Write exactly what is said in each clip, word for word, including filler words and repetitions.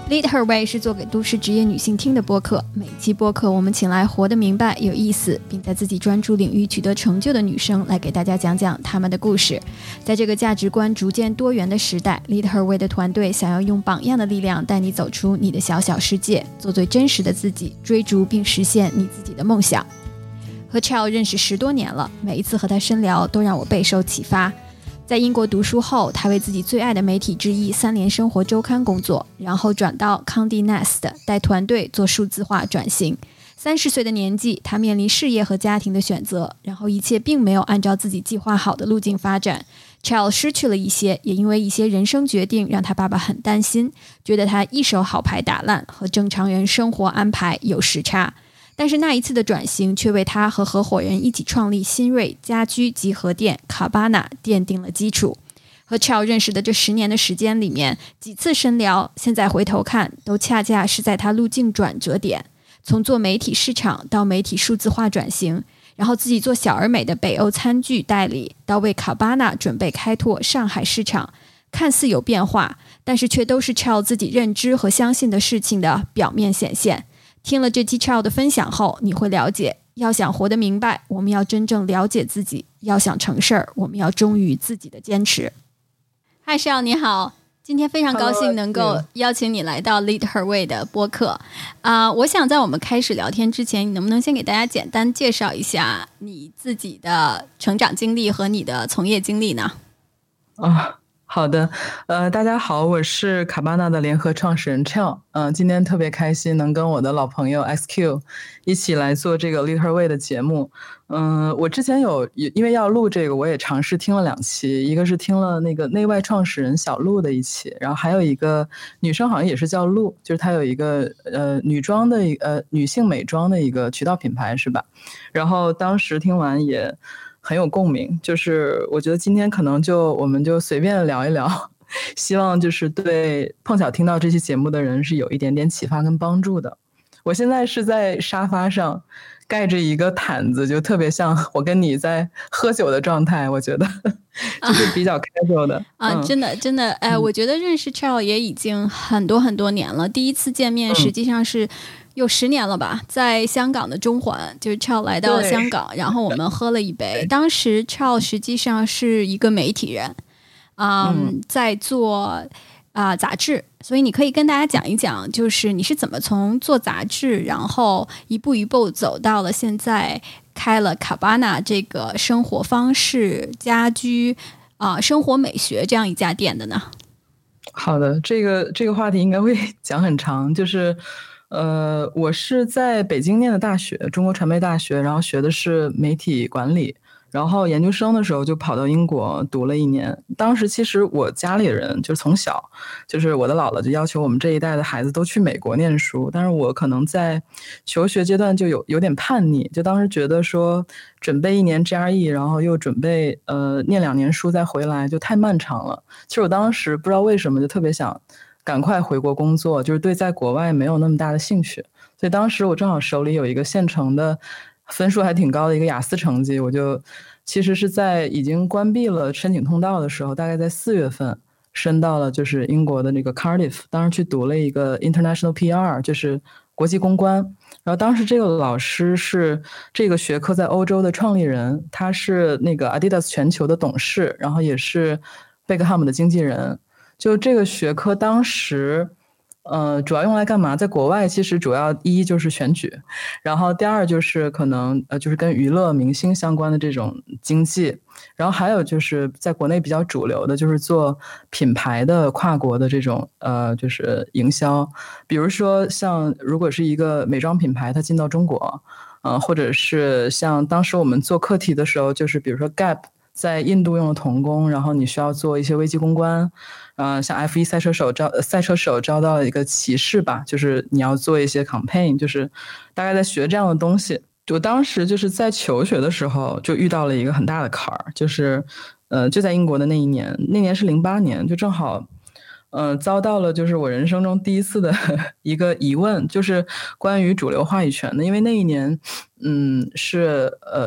Lead Her Way 是做给都市职业女性听的播客，每一期播客我们请来活得明白、有意思，并在自己专注领域取得成就的女生来给大家讲讲她们的故事。在这个价值观逐渐多元的时代， Lead Her Way 的团队想要用榜样的力量带你走出你的小小世界，做最真实的自己，追逐并实现你自己的梦想。和 Chell 认识十多年了，每一次和他深聊都让我备受启发。在英国读书后，他为自己最爱的媒体之一三联生活周刊工作，然后转到康迪 Nest 带团队做数字化转型。三十岁的年纪，他面临事业和家庭的选择，然后一切并没有按照自己计划好的路径发展。Chell 失去了一些，也因为一些人生决定让他爸爸很担心，觉得他一手好牌打烂，和正常人生活安排有时差。但是那一次的转型却为他和合伙人一起创立新锐家居集合店 Cabana 奠定了基础。和 Chell 认识的这十年的时间里面，几次深聊，现在回头看都恰恰是在他路径转折点，从做媒体市场到媒体数字化转型，然后自己做小而美的北欧餐具代理，到为 Cabana 准备开拓上海市场，看似有变化，但是却都是 Chell 自己认知和相信的事情的表面显现。听了这期 Chell 的分享后，你会了解，要想活得明白，我们要真正了解自己；要想成事儿，我们要忠于自己的坚持。嗨 Chell 你好，今天非常高兴能够邀请你来到 Lead Her Way 的播客。啊、呃，我想在我们开始聊天之前，你能不能先给大家简单介绍一下你自己的成长经历和你的从业经历呢？ 啊。好的，呃，大家好，我是卡巴纳的联合创始人 Chell， 嗯、呃，今天特别开心能跟我的老朋友 X Q 一起来做这个 Lead Her Way 的节目。嗯、呃，我之前有因为要录这个，我也尝试听了两期，一个是听了那个内外创始人小鹿的一期，然后还有一个女生好像也是叫鹿，就是她有一个呃女装的呃女性美妆的一个渠道品牌是吧？然后当时听完也很有共鸣，就是我觉得今天可能就我们就随便聊一聊，希望就是对碰巧听到这期节目的人是有一点点启发跟帮助的。我现在是在沙发上盖着一个毯子，就特别像我跟你在喝酒的状态，我觉得就是比较 casual 的啊、嗯、真的真的哎、呃嗯，我觉得认识 Chell 也已经很多很多年了，第一次见面实际上是、嗯有十年了吧，在香港的中环，就是 Chell 来到香港，然后我们喝了一杯。当时 Chell 实际上是一个媒体人，嗯，嗯在做啊、呃、杂志，所以你可以跟大家讲一讲，就是你是怎么从做杂志，然后一步一步走到了现在开了 Cabana 这个生活方式、家居啊、呃、生活美学这样一家店的呢？ 好的，这个这个话题应该会讲很长，就是。呃，我是在北京念的大学，中国传媒大学，然后学的是媒体管理，然后研究生的时候就跑到英国读了一年。当时其实我家里人就从小，就是我的姥姥就要求我们这一代的孩子都去美国念书，但是我可能在求学阶段就有有点叛逆，就当时觉得说准备一年 G R E， 然后又准备呃念两年书再回来就太漫长了。其实我当时不知道为什么就特别想赶快回国工作，就是对在国外没有那么大的兴趣，所以当时我正好手里有一个现成的分数还挺高的一个雅思成绩，我就其实是在已经关闭了申请通道的时候，大概在四月份申到了就是英国的那个 Cardiff， 当时去读了一个 International P R， 就是国际公关。然后当时这个老师是这个学科在欧洲的创立人，他是那个 Adidas 全球的董事，然后也是贝克汉姆的经纪人。就这个学科当时呃，主要用来干嘛？在国外其实主要一就是选举，然后第二就是可能呃就是跟娱乐明星相关的这种经济，然后还有就是在国内比较主流的就是做品牌的跨国的这种呃就是营销，比如说像如果是一个美妆品牌它进到中国，呃或者是像当时我们做课题的时候，就是比如说 Gap在印度用了童工，然后你需要做一些危机公关，呃，像 F 一 赛车手招赛车手招到了一个骑士吧，就是你要做一些 campaign， 就是大概在学这样的东西。我当时就是在求学的时候就遇到了一个很大的坎儿，就是呃就在英国的那一年，那年是零八年，就正好呃遭到了就是我人生中第一次的一个疑问，就是关于主流话语权的，因为那一年嗯是呃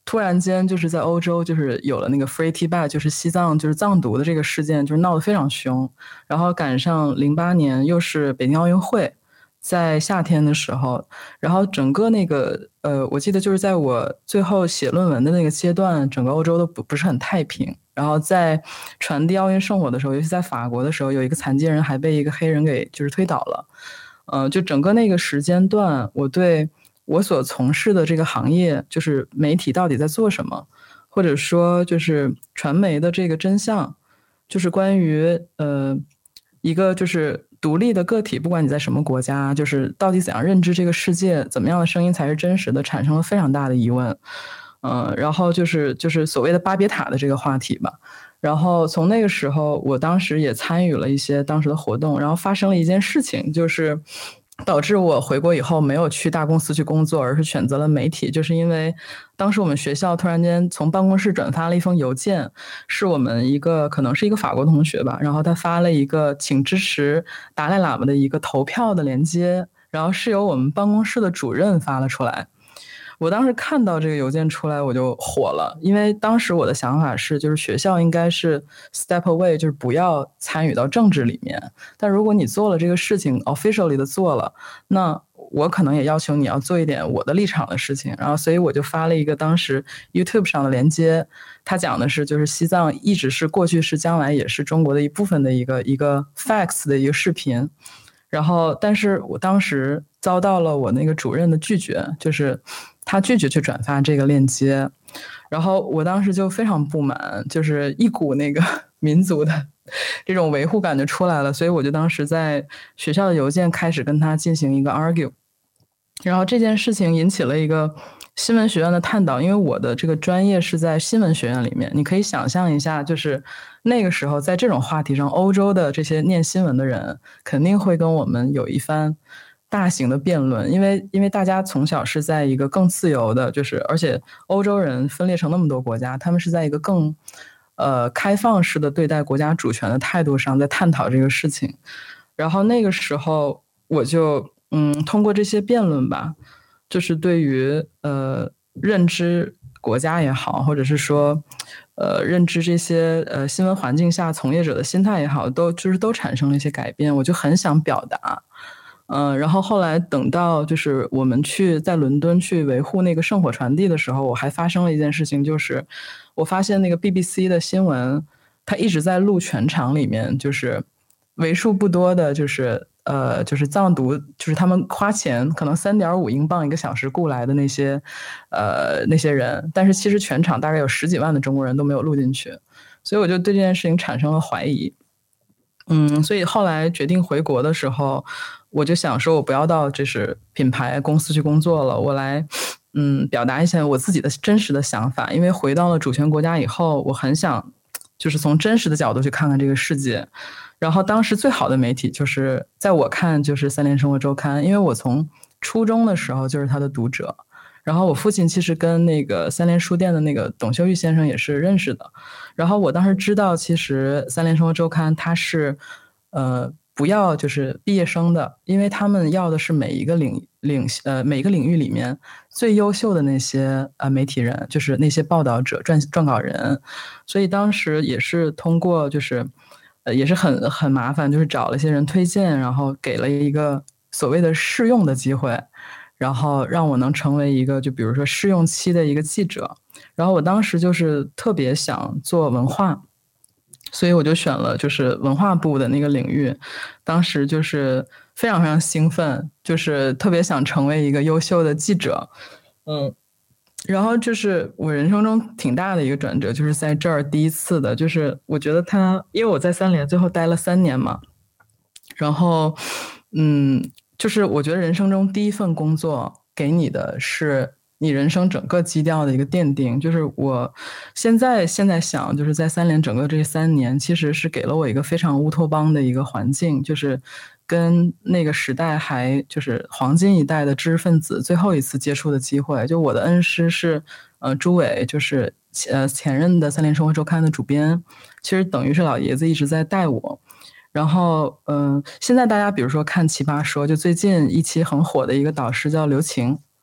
突然间就是在欧洲就是有了那个 Free Tibet， 就是西藏就是藏独的这个事件，就是闹得非常凶。然后赶上零八年又是北京奥运会，在夏天的时候，然后整个那个呃，我记得就是在我最后写论文的那个阶段，整个欧洲都不不是很太平。然后在传递奥运圣火的时候，尤其在法国的时候，有一个残疾人还被一个黑人给就是推倒了。呃，就整个那个时间段，我对我所从事的这个行业，就是媒体到底在做什么，或者说就是传媒的这个真相，就是关于呃一个就是独立的个体，不管你在什么国家，就是到底怎样认知这个世界，怎么样的声音才是真实的，产生了非常大的疑问。嗯、呃，然后就是就是所谓的巴别塔的这个话题吧。然后从那个时候，我当时也参与了一些当时的活动，然后发生了一件事情，就是导致我回国以后没有去大公司去工作，而是选择了媒体，就是因为当时我们学校突然间从办公室转发了一封邮件，是我们一个可能是一个法国同学吧，然后他发了一个请支持达赖喇嘛的一个投票的链接，然后是由我们办公室的主任发了出来。我当时看到这个邮件出来，我就火了，因为当时我的想法是，就是学校应该是 step away， 就是不要参与到政治里面。但如果你做了这个事情 officially 的做了，那我可能也要求你要做一点我的立场的事情。然后，所以我就发了一个当时 YouTube 上的链接，它讲的是就是西藏一直是过去是将来也是中国的一部分的一个一个 facts 的一个视频。然后，但是我当时遭到了我那个主任的拒绝，就是他拒绝去转发这个链接，然后我当时就非常不满，就是一股那个民族的这种维护感就出来了，所以我就当时在学校的邮件开始跟他进行一个 argue， 然后这件事情引起了一个新闻学院的探讨，因为我的这个专业是在新闻学院里面，你可以想象一下，就是那个时候在这种话题上，欧洲的这些念新闻的人肯定会跟我们有一番大型的辩论，因为因为大家从小是在一个更自由的，就是而且欧洲人分裂成那么多国家，他们是在一个更呃开放式的对待国家主权的态度上在探讨这个事情。然后那个时候我就嗯通过这些辩论吧，就是对于呃认知国家也好，或者是说呃认知这些呃新闻环境下从业者的心态也好，都就是都产生了一些改变，我就很想表达。嗯，然后后来等到就是我们去在伦敦去维护那个圣火传递的时候，我还发生了一件事情，就是我发现那个 B B C 的新闻，它一直在录全场里面，就是为数不多的，就是呃，就是藏独，就是他们花钱可能三点五英镑一个小时雇来的那些呃那些人，但是其实全场大概有十几万的中国人都没有录进去，所以我就对这件事情产生了怀疑。嗯，所以后来决定回国的时候，我就想说，我不要到就是品牌公司去工作了，我来，嗯，表达一下我自己的真实的想法。因为回到了主权国家以后，我很想就是从真实的角度去看看这个世界。然后当时最好的媒体就是在我看就是三联生活周刊，因为我从初中的时候就是他的读者。然后我父亲其实跟那个三联书店的那个董秀玉先生也是认识的，然后我当时知道，其实三联生活周刊它是，呃，不要就是毕业生的，因为他们要的是每一个领领呃每一个领域里面最优秀的那些呃媒体人，就是那些报道者、撰撰稿人，所以当时也是通过就是呃也是很很麻烦，就是找了一些人推荐，然后给了一个所谓的试用的机会。然后让我能成为一个就比如说试用期的一个记者，然后我当时就是特别想做文化，所以我就选了就是文化部的那个领域，当时就是非常非常兴奋，就是特别想成为一个优秀的记者。嗯，然后就是我人生中挺大的一个转折，就是在这儿第一次的，就是我觉得他因为我在三联最后待了三年嘛，然后嗯就是我觉得人生中第一份工作给你的是你人生整个基调的一个奠定，就是我现在现在想，就是在三联整个这三年，其实是给了我一个非常乌托邦的一个环境，就是跟那个时代还就是黄金一代的知识分子最后一次接触的机会。就我的恩师是呃朱伟，就是呃前任的三联生活周刊的主编，其实等于是老爷子一直在带我。然后，嗯、呃，现在大家比如说看《奇葩说》，就最近一期很火的一个导师叫刘晴，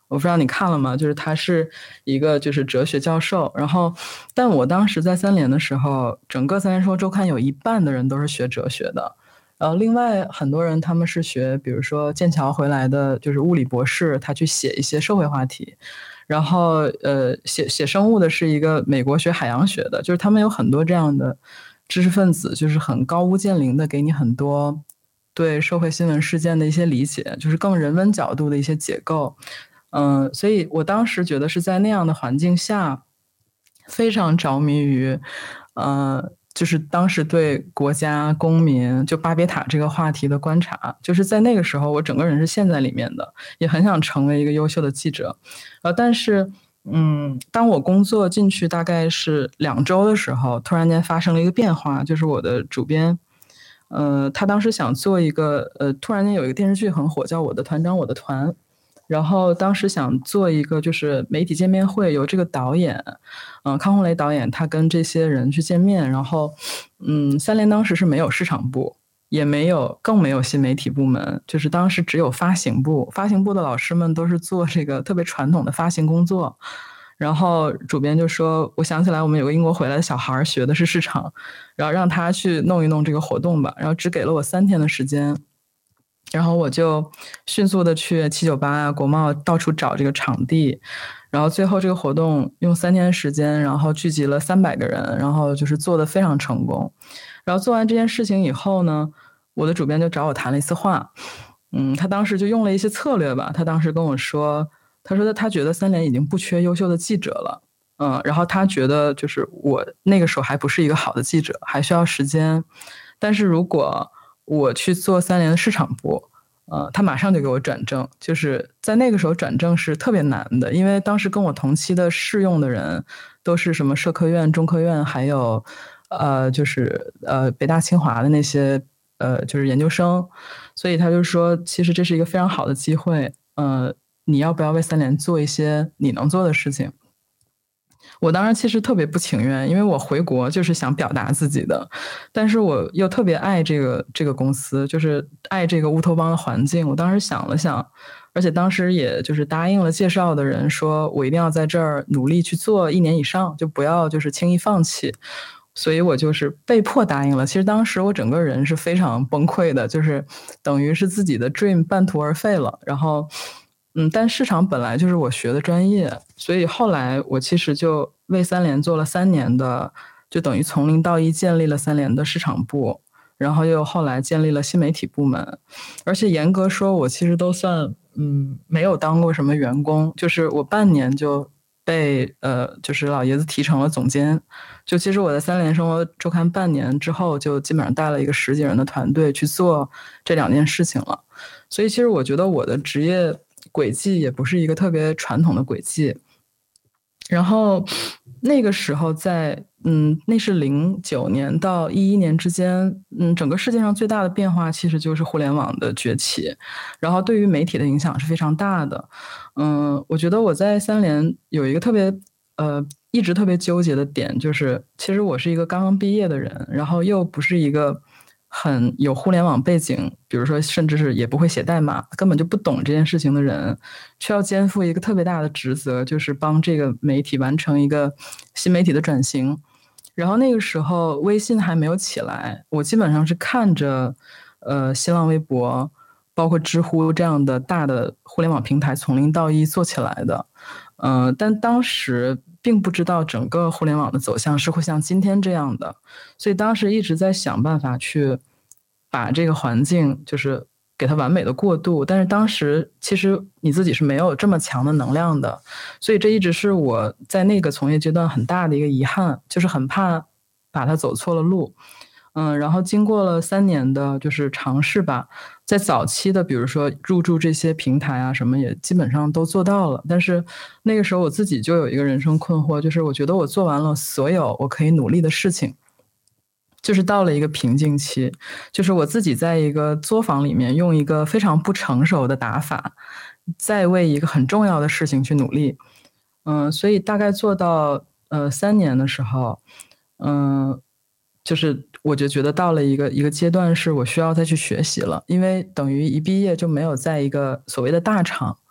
我不知道你看了吗？就是他是一个就是哲学教授，然后但我当时在三联的时候，整个三联生活周刊有一半的人都是学哲学的，然后另外很多人他们是学，比如说剑桥回来的，就是物理博士，他去写一些社会话题。然后呃，写写生物的是一个美国学海洋学的，就是他们有很多这样的知识分子，就是很高屋建瓴的给你很多对社会新闻事件的一些理解，就是更人文角度的一些解构。嗯、呃，所以我当时觉得是在那样的环境下，非常着迷于，呃，就是当时对国家公民就巴别塔这个话题的观察，就是在那个时候我整个人是陷在里面的，也很想成为一个优秀的记者。呃，但是嗯，当我工作进去大概是两周的时候，突然间发生了一个变化，就是我的主编呃，他当时想做一个呃，突然间有一个电视剧很火，叫《我的团长我的团》，然后当时想做一个就是媒体见面会，由这个导演，嗯、呃，康洪雷导演，他跟这些人去见面，然后，嗯，三联当时是没有市场部，也没有，更没有新媒体部门，就是当时只有发行部，发行部的老师们都是做这个特别传统的发行工作。然后主编就说，我想起来我们有个英国回来的小孩学的是市场，然后让他去弄一弄这个活动吧，然后只给了我三天的时间，然后我就迅速的去七九八啊国贸到处找这个场地，然后最后这个活动用三天时间，然后聚集了三百个人，然后就是做的非常成功。然后做完这件事情以后呢，我的主编就找我谈了一次话，嗯，他当时就用了一些策略吧，他当时跟我说，他说他觉得三联已经不缺优秀的记者了，嗯，然后他觉得就是我那个时候还不是一个好的记者，还需要时间，但是如果我去做三联的市场部，呃，他马上就给我转正，就是在那个时候转正是特别难的，因为当时跟我同期的试用的人都是什么社科院、中科院，还有呃，就是呃北大清华的那些呃就是研究生，所以他就说，其实这是一个非常好的机会，呃。你要不要为三联做一些你能做的事情？我当时其实特别不情愿，因为我回国就是想表达自己的，但是我又特别爱这个这个公司，就是爱这个乌托邦的环境。我当时想了想，而且当时也就是答应了介绍的人，说我一定要在这儿努力去做一年以上，就不要就是轻易放弃。所以我就是被迫答应了。其实当时我整个人是非常崩溃的，就是等于是自己的 dream 半途而废了。然后。嗯，但市场本来就是我学的专业，所以后来我其实就为三联做了三年的，就等于从零到一建立了三联的市场部，然后又后来建立了新媒体部门，而且严格说，我其实都算嗯没有当过什么员工，就是我半年就被呃就是老爷子提成了总监，就其实我在三联生活周刊半年之后，就基本上带了一个十几人的团队去做这两件事情了，所以其实我觉得我的职业轨迹也不是一个特别传统的轨迹，然后那个时候在嗯，那是零九年到一一年之间，嗯，整个世界上最大的变化其实就是互联网的崛起，然后对于媒体的影响是非常大的。嗯，我觉得我在三联有一个特别呃一直特别纠结的点，就是其实我是一个刚刚毕业的人，然后又不是一个很有互联网背景，比如说甚至是也不会写代码，根本就不懂这件事情的人，需要肩负一个特别大的职责，就是帮这个媒体完成一个新媒体的转型。然后那个时候微信还没有起来，我基本上是看着呃新浪微博包括知乎这样的大的互联网平台从零到一做起来的，嗯、呃，但当时并不知道整个互联网的走向是会像今天这样的，所以当时一直在想办法去把这个环境就是给它完美的过渡，但是当时其实你自己是没有这么强的能量的，所以这一直是我在那个从业阶段很大的一个遗憾，就是很怕把它走错了路。嗯，然后经过了三年的就是尝试吧，在早期的比如说入驻这些平台啊什么也基本上都做到了，但是那个时候我自己就有一个人生困惑，就是我觉得我做完了所有我可以努力的事情，就是到了一个瓶颈期，就是我自己在一个作坊里面用一个非常不成熟的打法，在为一个很重要的事情去努力。嗯，所以大概做到呃三年的时候，嗯，就是我就觉得到了一个一个阶段，是我需要再去学习了，因为等于一毕业就没有在一个所谓的大厂，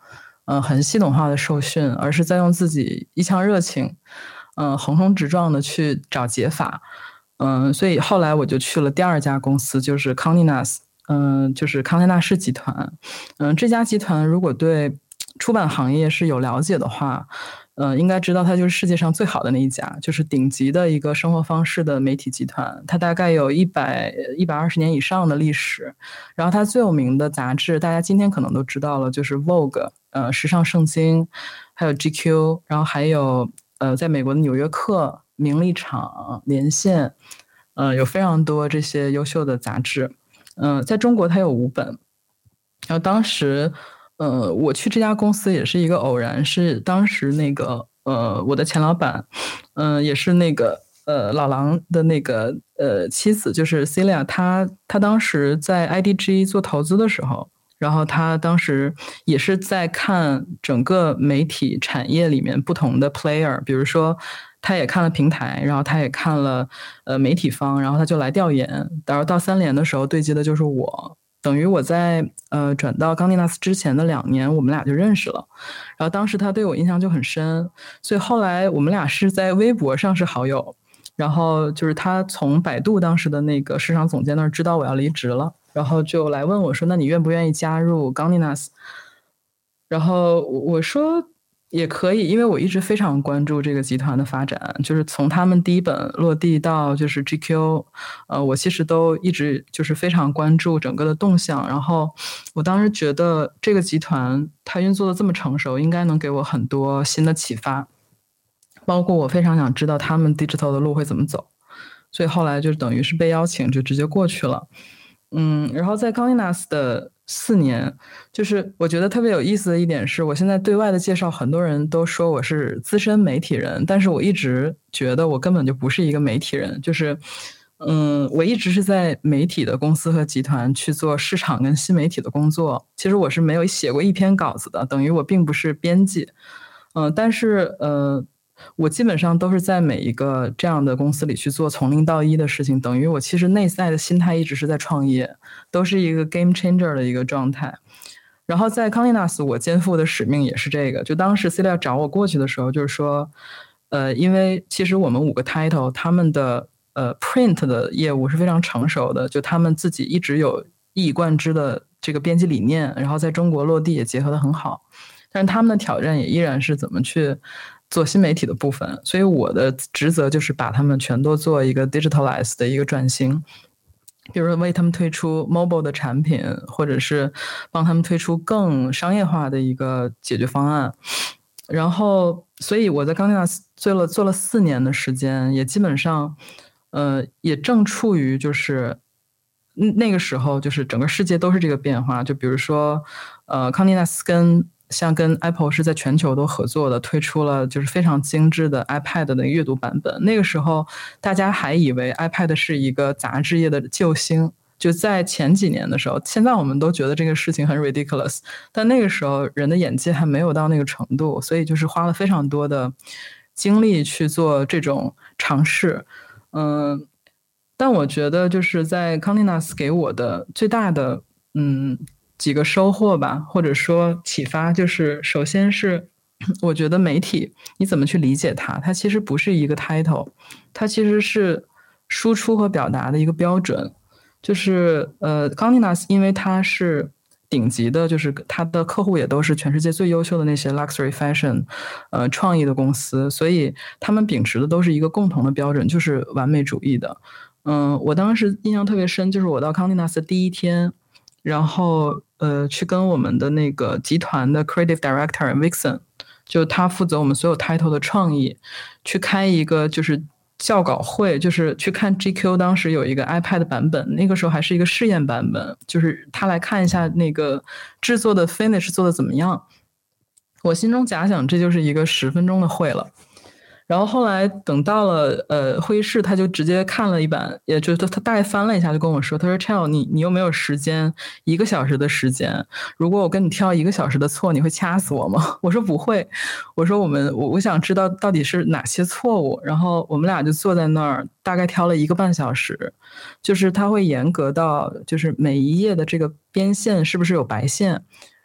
嗯、呃、很系统化的受训，而是在用自己一腔热情，嗯、呃、横冲直撞的去找解法。嗯，所以后来我就去了第二家公司，就是 Condé Nast， 嗯，就是康奈纳仕集团。嗯，这家集团如果对出版行业是有了解的话，嗯，应该知道它就是世界上最好的那一家，就是顶级的一个生活方式的媒体集团。它大概有一百一百二十年以上的历史。然后它最有名的杂志，大家今天可能都知道了，就是 Vogue， 呃，时尚圣经，还有 G Q， 然后还有呃，在美国的纽约客、名利场、连线，呃，有非常多这些优秀的杂志。嗯、呃，在中国它有五本。然后当时，呃，我去这家公司也是一个偶然，是当时那个呃，我的前老板，嗯、呃，也是那个呃老狼的那个呃妻子，就是 Celia， 她她当时在 I D G 做投资的时候。然后他当时也是在看整个媒体产业里面不同的 player， 比如说他也看了平台，然后他也看了呃媒体方，然后他就来调研。然后到三联的时候对接的就是我，等于我在呃转到冈蒂纳斯之前的两年，我们俩就认识了。然后当时他对我印象就很深，所以后来我们俩是在微博上是好友。然后就是他从百度当时的那个市场总监那儿知道我要离职了。然后就来问我说，那你愿不愿意加入 Condé Nast？ 然后我说也可以，因为我一直非常关注这个集团的发展，就是从他们第一本落地到就是 G Q， 呃，我其实都一直就是非常关注整个的动向。然后我当时觉得这个集团它运作的这么成熟，应该能给我很多新的启发，包括我非常想知道他们 digital 的路会怎么走。所以后来就等于是被邀请，就直接过去了。嗯，然后在 Condé Nast 的四年，就是我觉得特别有意思的一点是，我现在对外的介绍，很多人都说我是资深媒体人，但是我一直觉得我根本就不是一个媒体人，就是，嗯，我一直是在媒体的公司和集团去做市场跟新媒体的工作。其实我是没有写过一篇稿子的，等于我并不是编辑，嗯，但是呃。我基本上都是在每一个这样的公司里去做从零到一的事情，等于我其实内在的心态一直是在创业，都是一个 game changer 的一个状态。然后在 Condé Nast 我肩负的使命也是这个，就当时 Celia 找我过去的时候，就是说，呃，因为其实我们五个 title 他们的呃 print 的业务是非常成熟的，就他们自己一直有一以贯之的这个编辑理念，然后在中国落地也结合得很好，但是他们的挑战也依然是怎么去做新媒体的部分，所以我的职责就是把他们全都做一个 digitalize 的一个转型，比如说为他们推出 mobile 的产品，或者是帮他们推出更商业化的一个解决方案。然后，所以我在冈蒂纳斯做了做了四年的时间，也基本上，呃，也正处于就是那个时候，就是整个世界都是这个变化。就比如说，呃，康蒂纳斯跟像跟 Apple 是在全球都合作的，推出了就是非常精致的 iPad 的阅读版本。那个时候大家还以为 iPad 是一个杂志业的救星，就在前几年的时候，现在我们都觉得这个事情很 ridiculous， 但那个时候人的眼界还没有到那个程度，所以就是花了非常多的精力去做这种尝试。嗯，但我觉得就是在 Condé Nast 给我的最大的嗯几个收获吧，或者说启发，就是首先是我觉得媒体你怎么去理解它，它其实不是一个 title， 它其实是输出和表达的一个标准。就是呃 Condé Nast 因为它是顶级的，就是它的客户也都是全世界最优秀的那些 luxury fashion 呃创意的公司，所以他们秉持的都是一个共同的标准，就是完美主义的。嗯，我当时印象特别深，就是我到 Condé Nast 的第一天，然后呃，去跟我们的那个集团的 creative director Vixen， 就他负责我们所有 title 的创意，去开一个就是校稿会，就是去看 G Q 当时有一个 iPad 版本，那个时候还是一个试验版本，就是他来看一下那个制作的 finish 做的怎么样。我心中假想这就是一个十分钟的会了。然后后来等到了呃会议室，他就直接看了一版，也就是他大概翻了一下，就跟我说，他说 Chell 你你有没有时间一个小时的时间？如果我跟你挑一个小时的错，你会掐死我吗？我说不会，我说我们我我想知道到底是哪些错误。然后我们俩就坐在那儿，大概挑了一个半小时，就是他会严格到就是每一页的这个边线是不是有白线。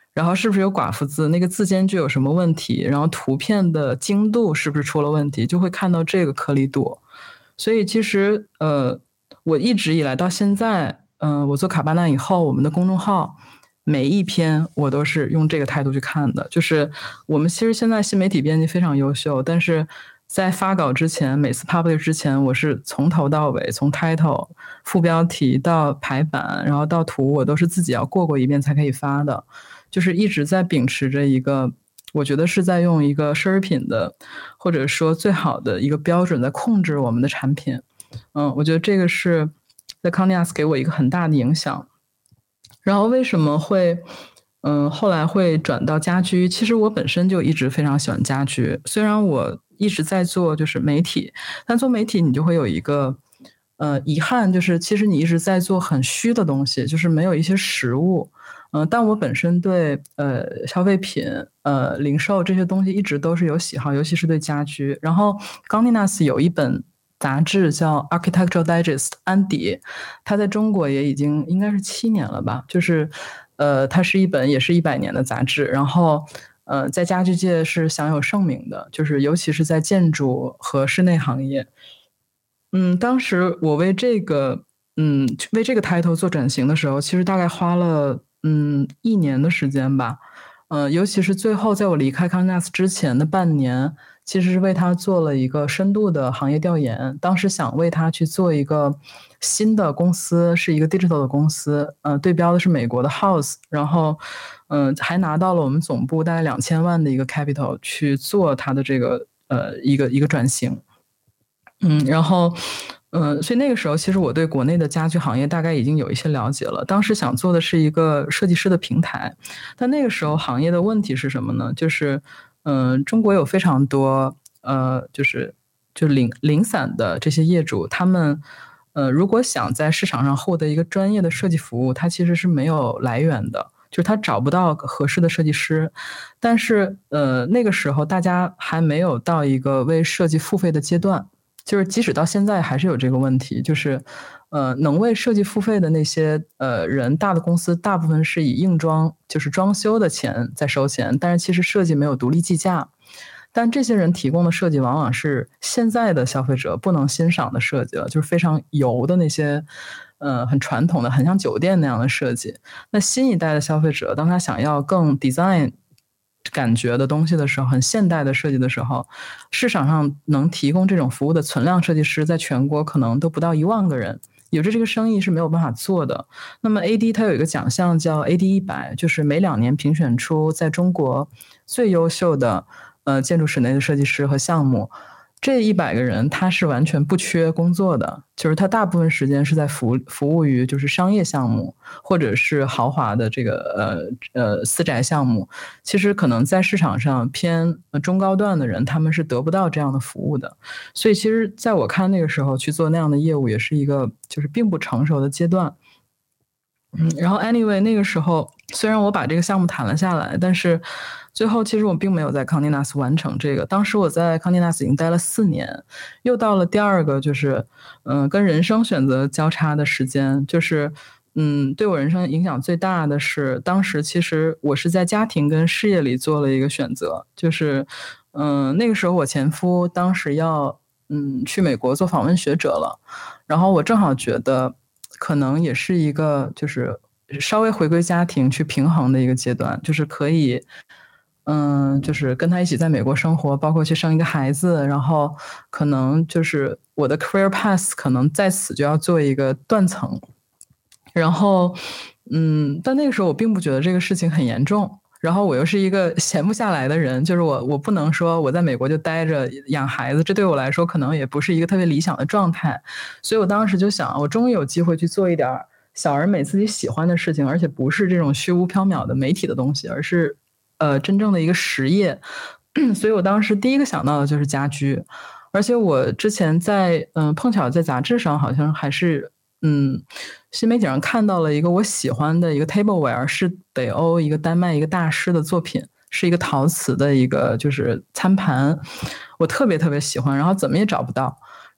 然后是不是有寡妇字，那个字间距有什么问题，然后图片的精度是不是出了问题，就会看到这个颗粒度。所以其实呃，我一直以来到现在，嗯、呃，我做卡巴纳以后，我们的公众号每一篇我都是用这个态度去看的。就是我们其实现在新媒体编辑非常优秀，但是在发稿之前，每次 publish 之前，我是从头到尾，从 title 副标题到排版，然后到图，我都是自己要过过一遍才可以发的。就是一直在秉持着一个，我觉得是在用一个奢侈品的，或者说最好的一个标准在控制我们的产品。嗯，我觉得这个是在康尼亚斯给我一个很大的影响。然后为什么会嗯后来会转到家居？其实我本身就一直非常喜欢家居，虽然我一直在做就是媒体，但做媒体你就会有一个呃遗憾，就是其实你一直在做很虚的东西，就是没有一些实物。嗯、呃，但我本身对呃消费品、呃零售这些东西一直都是有喜好，尤其是对家居。然后冈蒂纳斯有一本杂志叫 Architectural Digest 安迪，它在中国也已经应该是七年了吧，就是呃它是一本也是一百年的杂志，然后呃在家居界是享有盛名的，就是尤其是在建筑和室内行业。嗯，当时我为这个嗯为这个 title 做转型的时候，其实大概花了嗯一年的时间吧。呃，尤其是最后在我离开康纳斯之前的半年，其实是为他做了一个深度的行业调研。当时想为他去做一个新的公司，是一个 digital 的公司，呃，对标的是美国的 House， 然后嗯、呃，还拿到了我们总部大概两千万的一个 capital 去做他的这个呃一个一个转型。嗯，然后，嗯、呃，所以那个时候，其实我对国内的家居行业大概已经有一些了解了。当时想做的是一个设计师的平台，但那个时候行业的问题是什么呢？就是，嗯、呃，中国有非常多，呃，就是就零零散的这些业主，他们，呃，如果想在市场上获得一个专业的设计服务，它其实是没有来源的。就是他找不到合适的设计师，但是呃那个时候大家还没有到一个为设计付费的阶段，就是即使到现在还是有这个问题，就是呃能为设计付费的那些呃人，大的公司大部分是以硬装就是装修的钱在收钱，但是其实设计没有独立计价。但这些人提供的设计往往是现在的消费者不能欣赏的设计了，就是非常油的那些呃很传统的很像酒店那样的设计。那新一代的消费者当他想要更 design 感觉的东西的时候，很现代的设计的时候，市场上能提供这种服务的存量设计师在全国可能都不到一万个人，有着这个生意是没有办法做的。那么 A D 它有一个奖项叫 A D 一百，就是每两年评选出在中国最优秀的呃建筑室内的设计师和项目。这一百个人他是完全不缺工作的，就是他大部分时间是在服服务于就是商业项目或者是豪华的这个呃呃私宅项目。其实可能在市场上偏中高段的人，他们是得不到这样的服务的。所以其实在我看那个时候去做那样的业务，也是一个就是并不成熟的阶段。嗯，然后 anyway 那个时候虽然我把这个项目谈了下来，但是最后其实我并没有在康蒂纳斯完成这个。当时我在康蒂纳斯已经待了四年，又到了第二个就是嗯、呃、跟人生选择交叉的时间，就是嗯对我人生影响最大的是当时其实我是在家庭跟事业里做了一个选择，就是嗯、呃、那个时候我前夫当时要嗯去美国做访问学者了，然后我正好觉得可能也是一个就是稍微回归家庭去平衡的一个阶段，就是可以嗯，就是跟他一起在美国生活，包括去生一个孩子，然后可能就是我的 career path 可能在此就要做一个断层。然后嗯，但那个时候我并不觉得这个事情很严重，然后我又是一个闲不下来的人，就是我我不能说我在美国就待着养孩子，这对我来说可能也不是一个特别理想的状态。所以我当时就想，我终于有机会去做一点小而美自己喜欢的事情，而且不是这种虚无缥缈的媒体的东西，而是呃真正的一个实业。所以我当时第一个想到的就是家居，而且我之前在嗯、呃、碰巧在杂志上好像还是嗯新媒体上看到了一个我喜欢的一个 tableware， 是北欧一个丹麦一个大师的作品，是一个陶瓷的一个就是餐盘，我特别特别喜欢，然后怎么也找不到。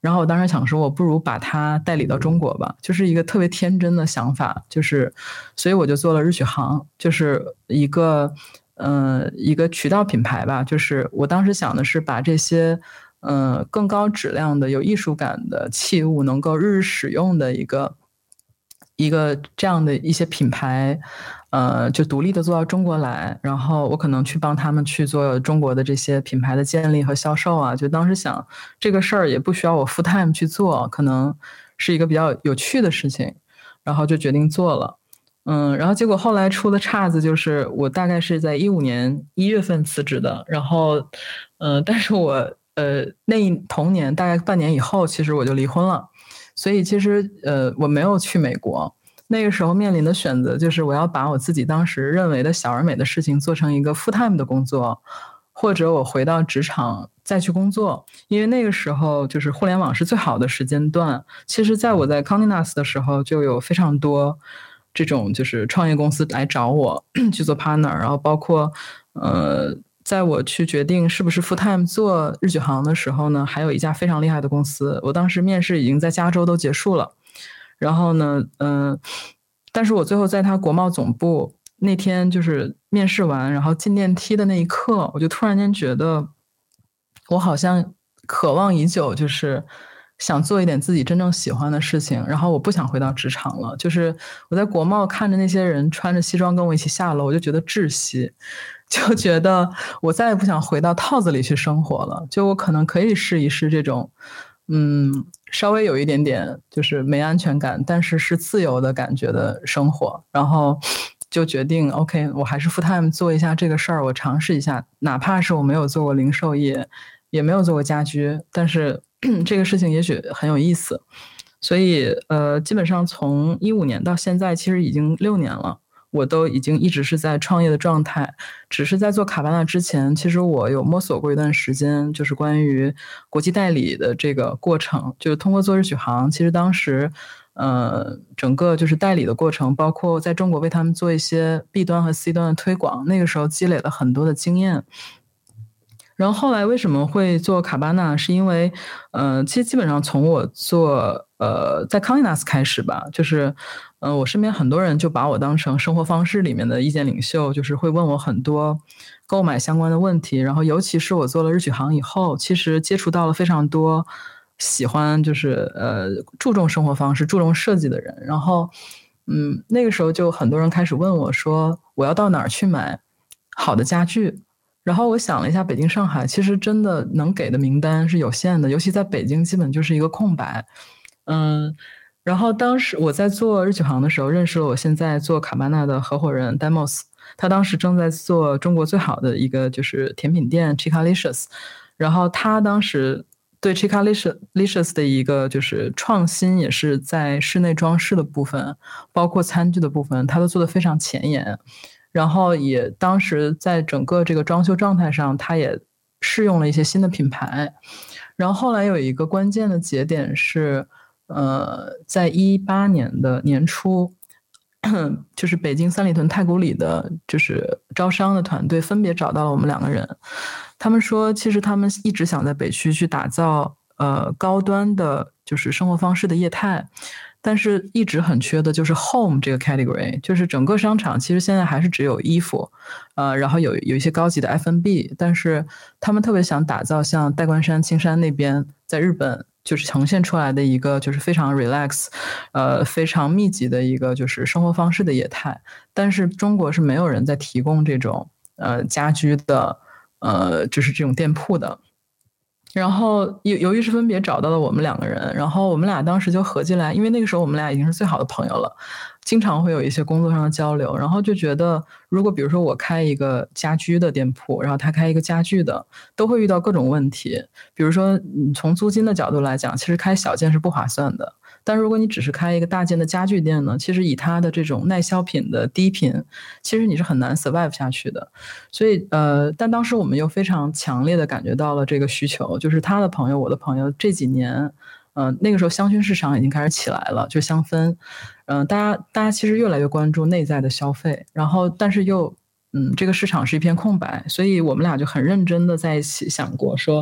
然后我当时想说，我不如把它代理到中国吧，就是一个特别天真的想法，就是所以我就做了日曲行，就是一个呃一个渠道品牌吧，就是我当时想的是把这些呃更高质量的有艺术感的器物能够日日使用的一个一个这样的一些品牌，呃，就独立的做到中国来，然后我可能去帮他们去做中国的这些品牌的建立和销售啊。就当时想这个事儿也不需要我 full time 去做，可能是一个比较有趣的事情，然后就决定做了。嗯，然后结果后来出的岔子就是，我大概是在一五年一月份辞职的，然后，嗯、呃，但是我呃那一同年大概半年以后，其实我就离婚了。所以其实呃我没有去美国，那个时候面临的选择就是我要把我自己当时认为的小而美的事情做成一个 full time 的工作，或者我回到职场再去工作，因为那个时候就是互联网是最好的时间段。其实在我在 Condé Nast 的时候就有非常多这种就是创业公司来找我去做 partner， 然后包括呃在我去决定是不是 full time 做日举行的时候呢，还有一家非常厉害的公司，我当时面试已经在加州都结束了，然后呢，嗯、呃，但是我最后在他国贸总部那天就是面试完，然后进电梯的那一刻，我就突然间觉得，我好像渴望已久，就是想做一点自己真正喜欢的事情，然后我不想回到职场了。就是我在国贸看着那些人穿着西装跟我一起下楼，我就觉得窒息。就觉得我再也不想回到套子里去生活了，就我可能可以试一试这种嗯稍微有一点点就是没安全感但是是自由的感觉的生活，然后就决定 OK 我还是 full time 做一下这个事儿，我尝试一下，哪怕是我没有做过零售业也没有做过家居，但是这个事情也许很有意思。所以呃，基本上从一五年到现在其实已经六年了，我都已经一直是在创业的状态，只是在做卡巴纳之前，其实我有摸索过一段时间，就是关于国际代理的这个过程，就是通过做日举行，其实当时，呃，整个就是代理的过程，包括在中国为他们做一些 B 端和 C 端的推广，那个时候积累了很多的经验。然后后来为什么会做卡巴纳，是因为，呃，其实基本上从我做呃在康尼纳斯开始吧，就是，呃，我身边很多人就把我当成生活方式里面的意见领袖，就是会问我很多购买相关的问题。然后尤其是我做了日举行以后，其实接触到了非常多喜欢就是呃注重生活方式、注重设计的人。然后，嗯，那个时候就很多人开始问我说，我要到哪儿去买好的家具？然后我想了一下，北京、上海其实真的能给的名单是有限的，尤其在北京，基本就是一个空白。嗯，然后当时我在做日举行的时候，认识了我现在做卡巴纳的合伙人 Demos， 他当时正在做中国最好的一个就是甜品店 Chicalicious， 然后他当时对 Chicalicious 的一个就是创新，也是在室内装饰的部分，包括餐具的部分，他都做得非常前沿。然后也当时在整个这个装修状态上，他也试用了一些新的品牌。然后后来有一个关键的节点是，呃，在一八年的年初，就是北京三里屯太古里的就是招商的团队分别找到了我们两个人，他们说其实他们一直想在北区去打造呃高端的就是生活方式的业态，但是一直很缺的就是 home 这个 category， 就是整个商场其实现在还是只有衣服，呃，然后有有一些高级的 F and B， 但是他们特别想打造像代官山、青山那边在日本就是呈现出来的一个就是非常 relax， 呃，非常密集的一个就是生活方式的业态，但是中国是没有人在提供这种呃家居的呃就是这种店铺的。然后由由于是分别找到了我们两个人，然后我们俩当时就合计来，因为那个时候我们俩已经是最好的朋友了，经常会有一些工作上的交流，然后就觉得如果比如说我开一个家居的店铺，然后他开一个家具的，都会遇到各种问题，比如说从租金的角度来讲，其实开小件是不划算的，但如果你只是开一个大件的家具店呢，其实以它的这种耐销品的低频，其实你是很难 survive 下去的。所以呃，但当时我们又非常强烈的感觉到了这个需求，就是他的朋友我的朋友这几年呃，那个时候香薰市场已经开始起来了，就香氛嗯、呃，大家大家其实越来越关注内在的消费，然后但是又嗯，这个市场是一片空白，所以我们俩就很认真的在一起想过说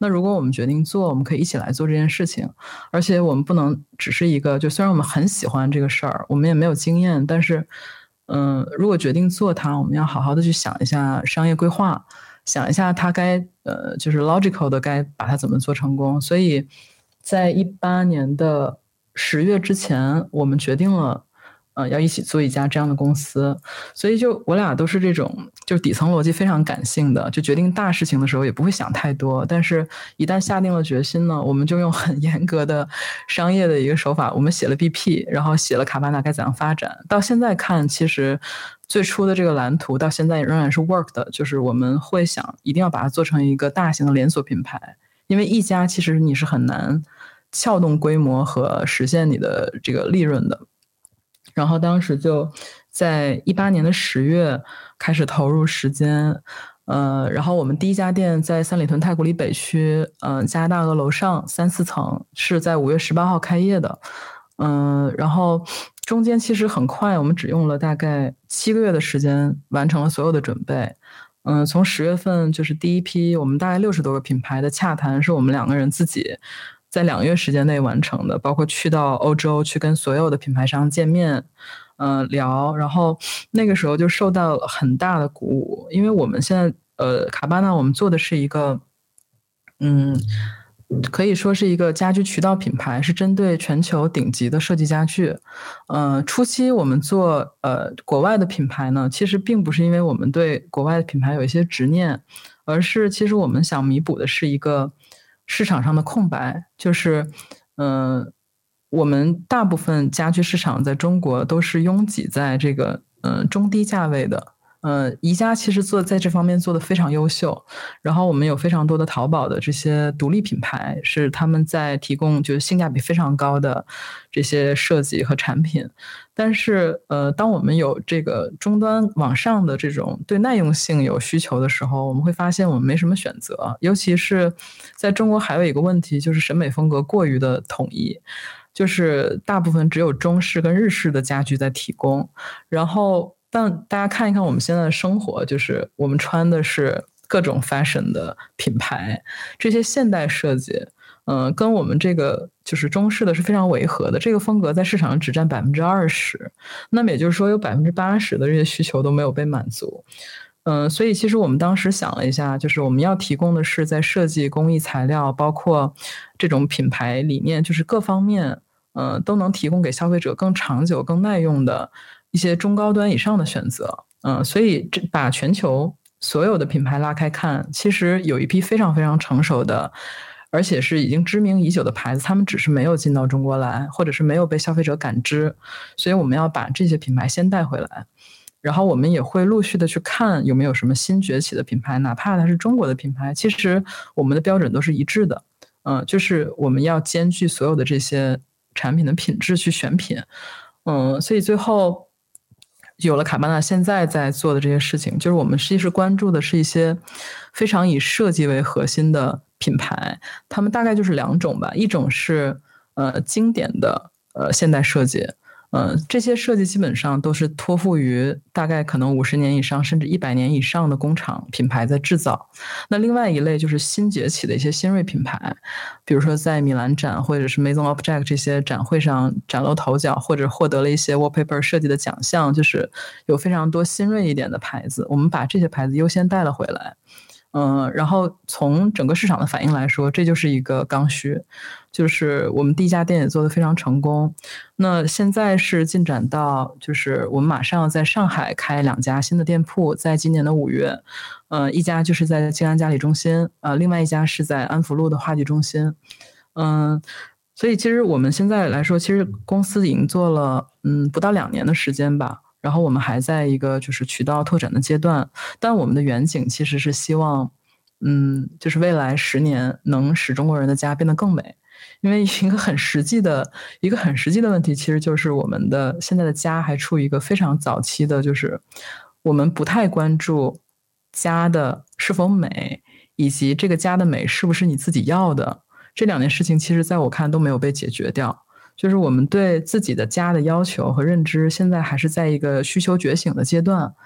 那如果我们决定做，我们可以一起来做这件事情。而且我们不能只是一个，就虽然我们很喜欢这个事儿，我们也没有经验，但是嗯，如果决定做它，我们要好好的去想一下商业规划，想一下它该呃就是 logical 的该把它怎么做成功。所以在一八年的十月之前，我们决定了呃，要一起做一家这样的公司。所以就我俩都是这种就底层逻辑非常感性的，就决定大事情的时候也不会想太多，但是一旦下定了决心呢，我们就用很严格的商业的一个手法，我们写了 B P， 然后写了卡巴纳该怎样发展。到现在看，其实最初的这个蓝图到现在仍然是 work 的，就是我们会想一定要把它做成一个大型的连锁品牌，因为一家其实你是很难撬动规模和实现你的这个利润的。然后当时就在一八年的十月开始投入时间，呃，然后我们第一家店在三里屯太古里北区，嗯、呃，加拿大鹅楼上三四层，是在五月十八号开业的，嗯、呃，然后中间其实很快，我们只用了大概七个月的时间完成了所有的准备，嗯、呃，从十月份就是第一批，我们大概六十多个品牌的洽谈，是我们两个人自己在两个月时间内完成的，包括去到欧洲去跟所有的品牌商见面，呃，聊，然后那个时候就受到了很大的鼓舞，因为我们现在呃卡巴纳我们做的是一个，嗯，可以说是一个家居渠道品牌，是针对全球顶级的设计家具。呃，初期我们做呃国外的品牌呢，其实并不是因为我们对国外的品牌有一些执念，而是其实我们想弥补的是一个市场上的空白，就是嗯、呃，我们大部分家居市场在中国都是拥挤在这个嗯、呃、中低价位的。呃，宜家其实做在这方面做得非常优秀，然后我们有非常多的淘宝的这些独立品牌，是他们在提供就是性价比非常高的这些设计和产品。但是呃，当我们有这个终端往上的这种对耐用性有需求的时候，我们会发现我们没什么选择，尤其是在中国还有一个问题，就是审美风格过于的统一，就是大部分只有中式跟日式的家具在提供，然后但大家看一看我们现在的生活，就是我们穿的是各种 fashion 的品牌，这些现代设计嗯、呃，跟我们这个就是中式的是非常违和的，这个风格在市场上只占百分之二十，那么也就是说有百分之八十的这些需求都没有被满足。嗯、呃，所以其实我们当时想了一下，就是我们要提供的是在设计、工艺、材料，包括这种品牌理念，就是各方面，嗯、呃，都能提供给消费者更长久、更耐用的一些中高端以上的选择。嗯、呃，所以这把全球所有的品牌拉开看，其实有一批非常非常成熟的。而且是已经知名已久的牌子，他们只是没有进到中国来，或者是没有被消费者感知，所以我们要把这些品牌先带回来，然后我们也会陆续的去看有没有什么新崛起的品牌，哪怕它是中国的品牌，其实我们的标准都是一致的，嗯、呃，就是我们要兼具所有的这些产品的品质去选品，嗯、呃，所以最后有了卡巴纳现在在做的这些事情，就是我们其实关注的是一些非常以设计为核心的品牌，他们大概就是两种吧，一种是呃经典的呃现代设计，呃这些设计基本上都是托付于大概可能五十年以上甚至一百年以上的工厂品牌在制造。那另外一类就是新崛起的一些新锐品牌，比如说在米兰展或者是 Maison Object 这些展会上崭露头角，或者获得了一些 wallpaper 设计的奖项，就是有非常多新锐一点的牌子，我们把这些牌子优先带了回来。嗯、呃，然后从整个市场的反应来说，这就是一个刚需，就是我们第一家店也做得非常成功。那现在是进展到，就是我们马上要在上海开两家新的店铺，在今年的五月，呃，一家就是在静安嘉里中心，呃，另外一家是在安福路的话剧中心，嗯、呃。所以其实我们现在来说，其实公司已经做了嗯不到两年的时间吧。然后我们还在一个就是渠道拓展的阶段，但我们的远景其实是希望，嗯，就是未来十年能使中国人的家变得更美。因为一个很实际的一个很实际的问题，其实就是我们的现在的家还处于一个非常早期的，就是我们不太关注家的是否美，以及这个家的美是不是你自己要的，这两件事情其实在我看都没有被解决掉。就是我们对自己的家的要求和认知现在还是在一个需求觉醒的阶段，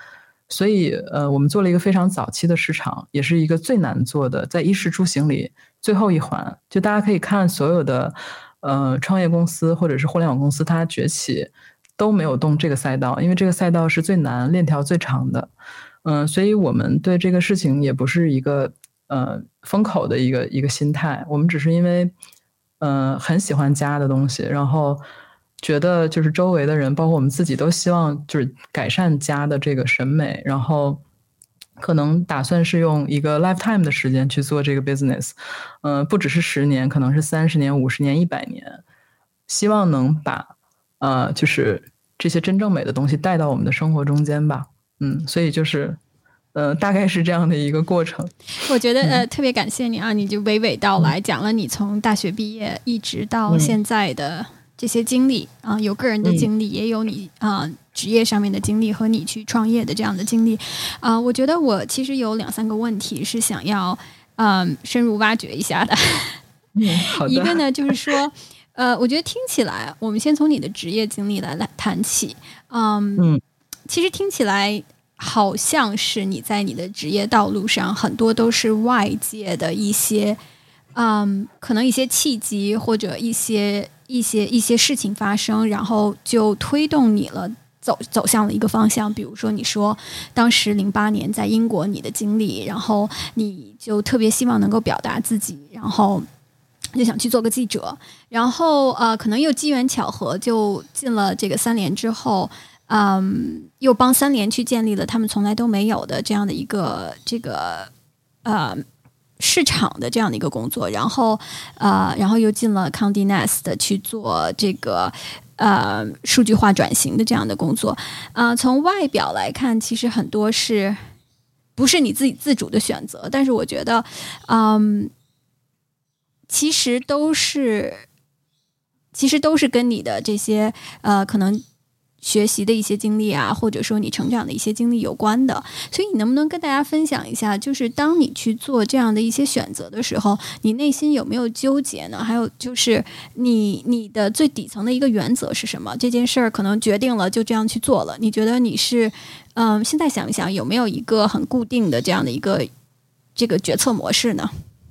所以呃，我们做了一个非常早期的市场，也是一个最难做的，在衣食住行里最后一环。就大家可以看所有的呃创业公司或者是互联网公司，它崛起都没有动这个赛道，因为这个赛道是最难、链条最长的。嗯、呃，所以我们对这个事情也不是一个呃风口的一个一个心态，我们只是因为呃很喜欢家的东西，然后觉得就是周围的人，包括我们自己，都希望就是改善家的这个审美，然后可能打算是用一个 lifetime 的时间去做这个 business， 嗯、呃，不只是十年，可能是三十年、五十年、一百年，希望能把呃就是这些真正美的东西带到我们的生活中间吧。嗯，所以就是。呃，大概是这样的一个过程。 我觉得呃，特别感谢你啊，你就娓娓道来讲了你从大学毕业一直到现在的这些经历啊、呃，有个人的经历，也有你啊、呃、职业上面的经历和你去创业的这样的经历啊、呃。我觉得我其实有两三个问题是想要嗯、呃、深入挖掘一下的。 嗯，好的。 一个呢就是说，呃，我觉得听起来，我们先从你的职业经历来来谈起。嗯嗯，其实听起来。好像是你在你的职业道路上，很多都是外界的一些，嗯，可能一些契机或者一些一些一些事情发生，然后就推动你了，走走向了一个方向。比如说，你说当时零八年在英国你的经历，然后你就特别希望能够表达自己，然后就想去做个记者，然后呃，可能又机缘巧合就进了这个三联之后。嗯，又帮三联去建立了他们从来都没有的这样的一个这个呃市场的这样的一个工作，然后呃，然后又进了康迪 Nest 去做这个呃数据化转型的这样的工作。啊、呃，从外表来看，其实很多是不是你自己自主的选择，但是我觉得，嗯，其实都是其实都是跟你的这些呃可能。学习的一些经历啊，或者说你成长的一些经历有关的，所以你能不能跟大家分享一下，就是当你去做这样的一些选择的时候，你内心有没有纠结呢？还有就是你你的最底层的一个原则是什么？这件事儿可能决定了就这样去做了，你觉得你是嗯，现在想一想有没有一个很固定的这样的一个这个决策模式呢？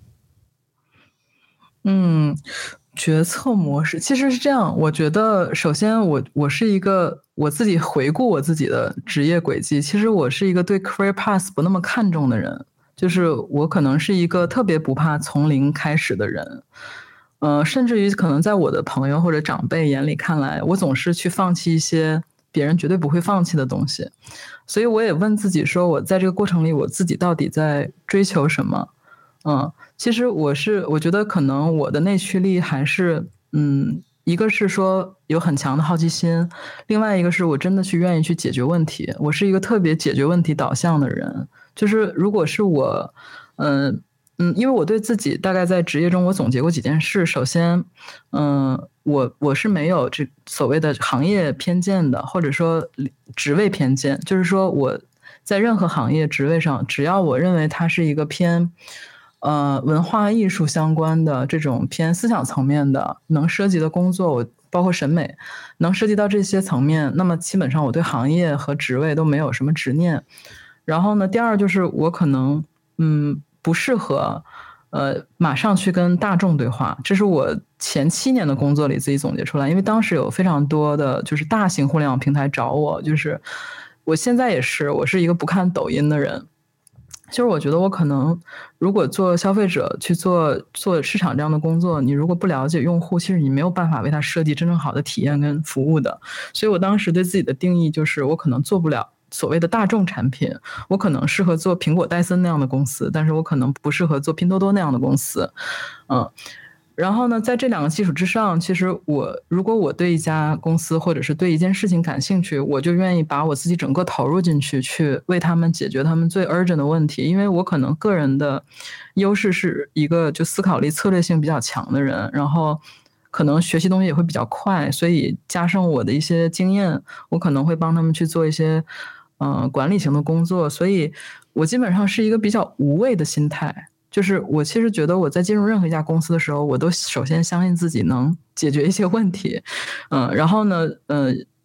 嗯。决策模式其实是这样，我觉得首先我我是一个我自己回顾我自己的职业轨迹，其实我是一个对 career path 不那么看重的人，就是我可能是一个特别不怕从零开始的人，呃，甚至于可能在我的朋友或者长辈眼里看来，我总是去放弃一些别人绝对不会放弃的东西，所以我也问自己说，我在这个过程里我自己到底在追求什么？嗯，其实我是我觉得可能我的内驱力还是嗯，一个是说有很强的好奇心，另外一个是我真的去愿意去解决问题，我是一个特别解决问题导向的人，就是如果是我嗯嗯，因为我对自己大概在职业中我总结过几件事，首先嗯，我我是没有这所谓的行业偏见的，或者说职位偏见，就是说我在任何行业职位上，只要我认为它是一个偏呃，文化艺术相关的这种偏思想层面的能涉及的工作，我包括审美能涉及到这些层面，那么基本上我对行业和职位都没有什么执念。然后呢，第二就是我可能嗯不适合呃马上去跟大众对话，这是我前七年的工作里自己总结出来，因为当时有非常多的就是大型互联网平台找我，就是我现在也是我是一个不看抖音的人。就是我觉得我可能如果做消费者去做做市场这样的工作，你如果不了解用户，其实你没有办法为他设计真正好的体验跟服务的。所以我当时对自己的定义就是我可能做不了所谓的大众产品，我可能适合做苹果戴森那样的公司，但是我可能不适合做拼多多那样的公司。嗯，然后呢，在这两个基础之上，其实我如果我对一家公司或者是对一件事情感兴趣，我就愿意把我自己整个投入进去，去为他们解决他们最 urgent 的问题。因为我可能个人的优势是一个就思考力策略性比较强的人，然后可能学习东西也会比较快，所以加上我的一些经验，我可能会帮他们去做一些呃管理型的工作，所以我基本上是一个比较无畏的心态。就是我其实觉得我在进入任何一家公司的时候，我都首先相信自己能解决一些问题，嗯，然后呢，呃，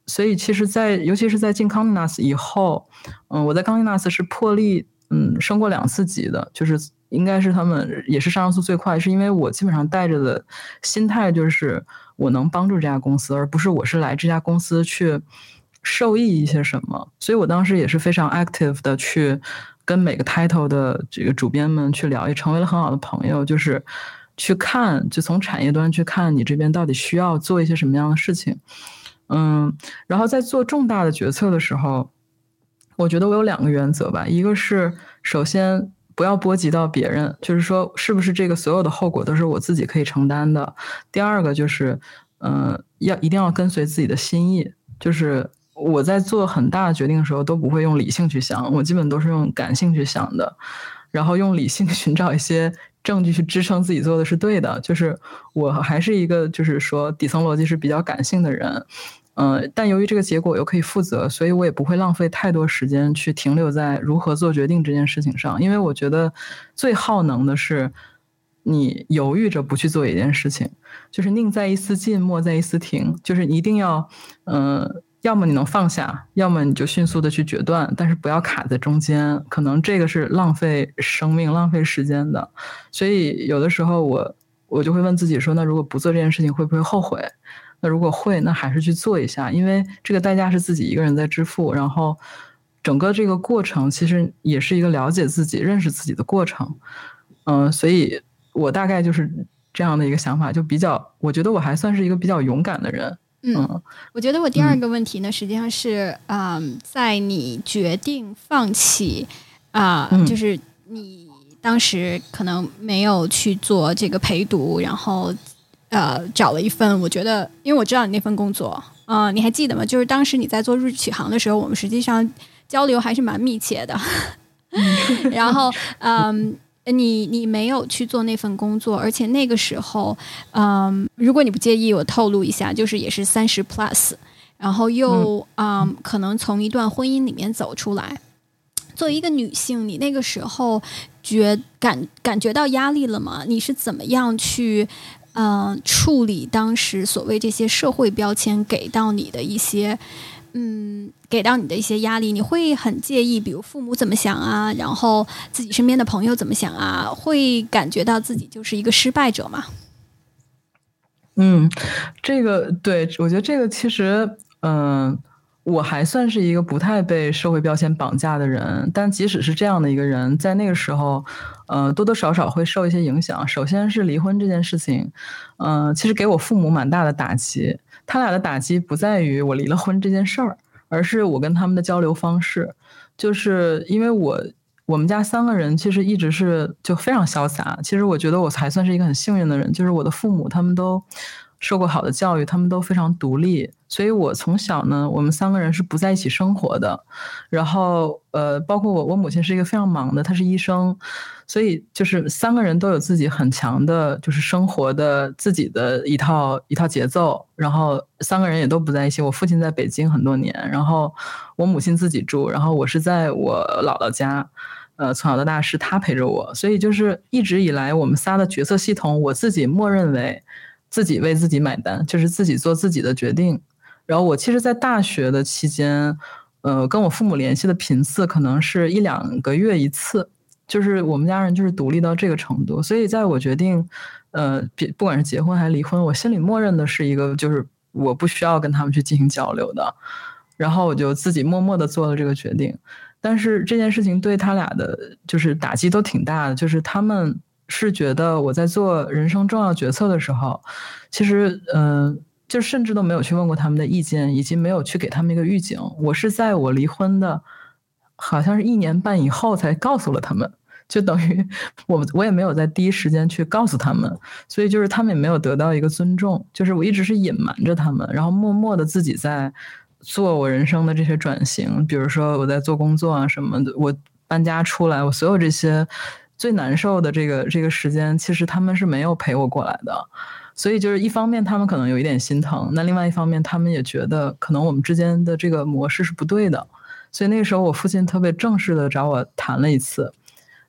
所以其实在尤其是在进康迪纳斯以后，嗯，我在康迪纳斯是破例嗯升过两次级的，就是应该是他们也是上升速最快，是因为我基本上带着的心态就是我能帮助这家公司，而不是我是来这家公司去受益一些什么。所以我当时也是非常 active 的去跟每个 title 的这个主编们去聊，也成为了很好的朋友，就是去看，就从产业端去看你这边到底需要做一些什么样的事情。嗯，然后在做重大的决策的时候，我觉得我有两个原则吧，一个是首先不要波及到别人，就是说是不是这个所有的后果都是我自己可以承担的。第二个就是，嗯、呃，要一定要跟随自己的心意，就是我在做很大的决定的时候都不会用理性去想，我基本都是用感性去想的，然后用理性寻找一些证据去支撑自己做的是对的。就是我还是一个就是说底层逻辑是比较感性的人。嗯、呃，但由于这个结果又可以负责，所以我也不会浪费太多时间去停留在如何做决定这件事情上，因为我觉得最耗能的是你犹豫着不去做一件事情，就是宁在一丝进，莫在一丝停，就是一定要，嗯、呃，要么你能放下，要么你就迅速的去决断，但是不要卡在中间，可能这个是浪费生命、浪费时间的。所以有的时候我我就会问自己说，那如果不做这件事情会不会后悔？那如果会，那还是去做一下，因为这个代价是自己一个人在支付，然后整个这个过程其实也是一个了解自己、认识自己的过程。嗯、呃，所以我大概就是这样的一个想法，就比较，我觉得我还算是一个比较勇敢的人。 嗯，嗯我觉得我第二个问题呢，嗯、实际上是，嗯，在你决定放弃啊、呃嗯，就是你当时可能没有去做这个陪读，然后。呃，找了一份，我觉得，因为我知道你那份工作，呃，你还记得吗？就是当时你在做日启航的时候，我们实际上交流还是蛮密切的。然后，嗯，你你没有去做那份工作，而且那个时候，嗯，如果你不介意，我透露一下，就是也是三十 plus， 然后又嗯，嗯，可能从一段婚姻里面走出来。作为一个女性，你那个时候觉感感觉到压力了吗？你是怎么样去？嗯、呃，处理当时所谓这些社会标签给到你的一些，嗯，给到你的一些压力，你会很介意，比如父母怎么想啊，然后自己身边的朋友怎么想啊，会感觉到自己就是一个失败者吗？ 嗯，这个对，我觉得这个其实，嗯、呃。我还算是一个不太被社会标签绑架的人，但即使是这样的一个人，在那个时候，呃，多多少少会受一些影响。首先是离婚这件事情，嗯、呃，其实给我父母蛮大的打击。他俩的打击不在于我离了婚这件事儿，而是我跟他们的交流方式。就是因为我我们家三个人其实一直是就非常潇洒。其实我觉得我还算是一个很幸运的人，就是我的父母他们都受过好的教育，他们都非常独立，所以我从小呢，我们三个人是不在一起生活的。然后，呃，包括我，我母亲是一个非常忙的，她是医生，所以就是三个人都有自己很强的，就是生活的自己的一套一套节奏。然后三个人也都不在一起，我父亲在北京很多年，然后我母亲自己住，然后我是在我姥姥家。呃，从小到大是他陪着我，所以就是一直以来我们仨的决策系统，我自己默认为。自己为自己买单，就是自己做自己的决定。然后我其实在大学的期间，呃，跟我父母联系的频次可能是一两个月一次，就是我们家人就是独立到这个程度。所以在我决定，呃，不管是结婚还是离婚，我心里默认的是一个，就是我不需要跟他们去进行交流的。然后我就自己默默的做了这个决定。但是这件事情对他俩的就是打击都挺大的，就是他们。是觉得我在做人生重要决策的时候，其实嗯、呃，就甚至都没有去问过他们的意见，以及没有去给他们一个预警。我是在我离婚的好像是一年半以后才告诉了他们，就等于我我也没有在第一时间去告诉他们，所以就是他们也没有得到一个尊重，就是我一直是隐瞒着他们，然后默默的自己在做我人生的这些转型，比如说我在做工作啊什么的，我搬家出来，我所有这些最难受的这个这个时间，其实他们是没有陪我过来的。所以就是一方面他们可能有一点心疼，那另外一方面他们也觉得可能我们之间的这个模式是不对的。所以那个时候我父亲特别正式的找我谈了一次，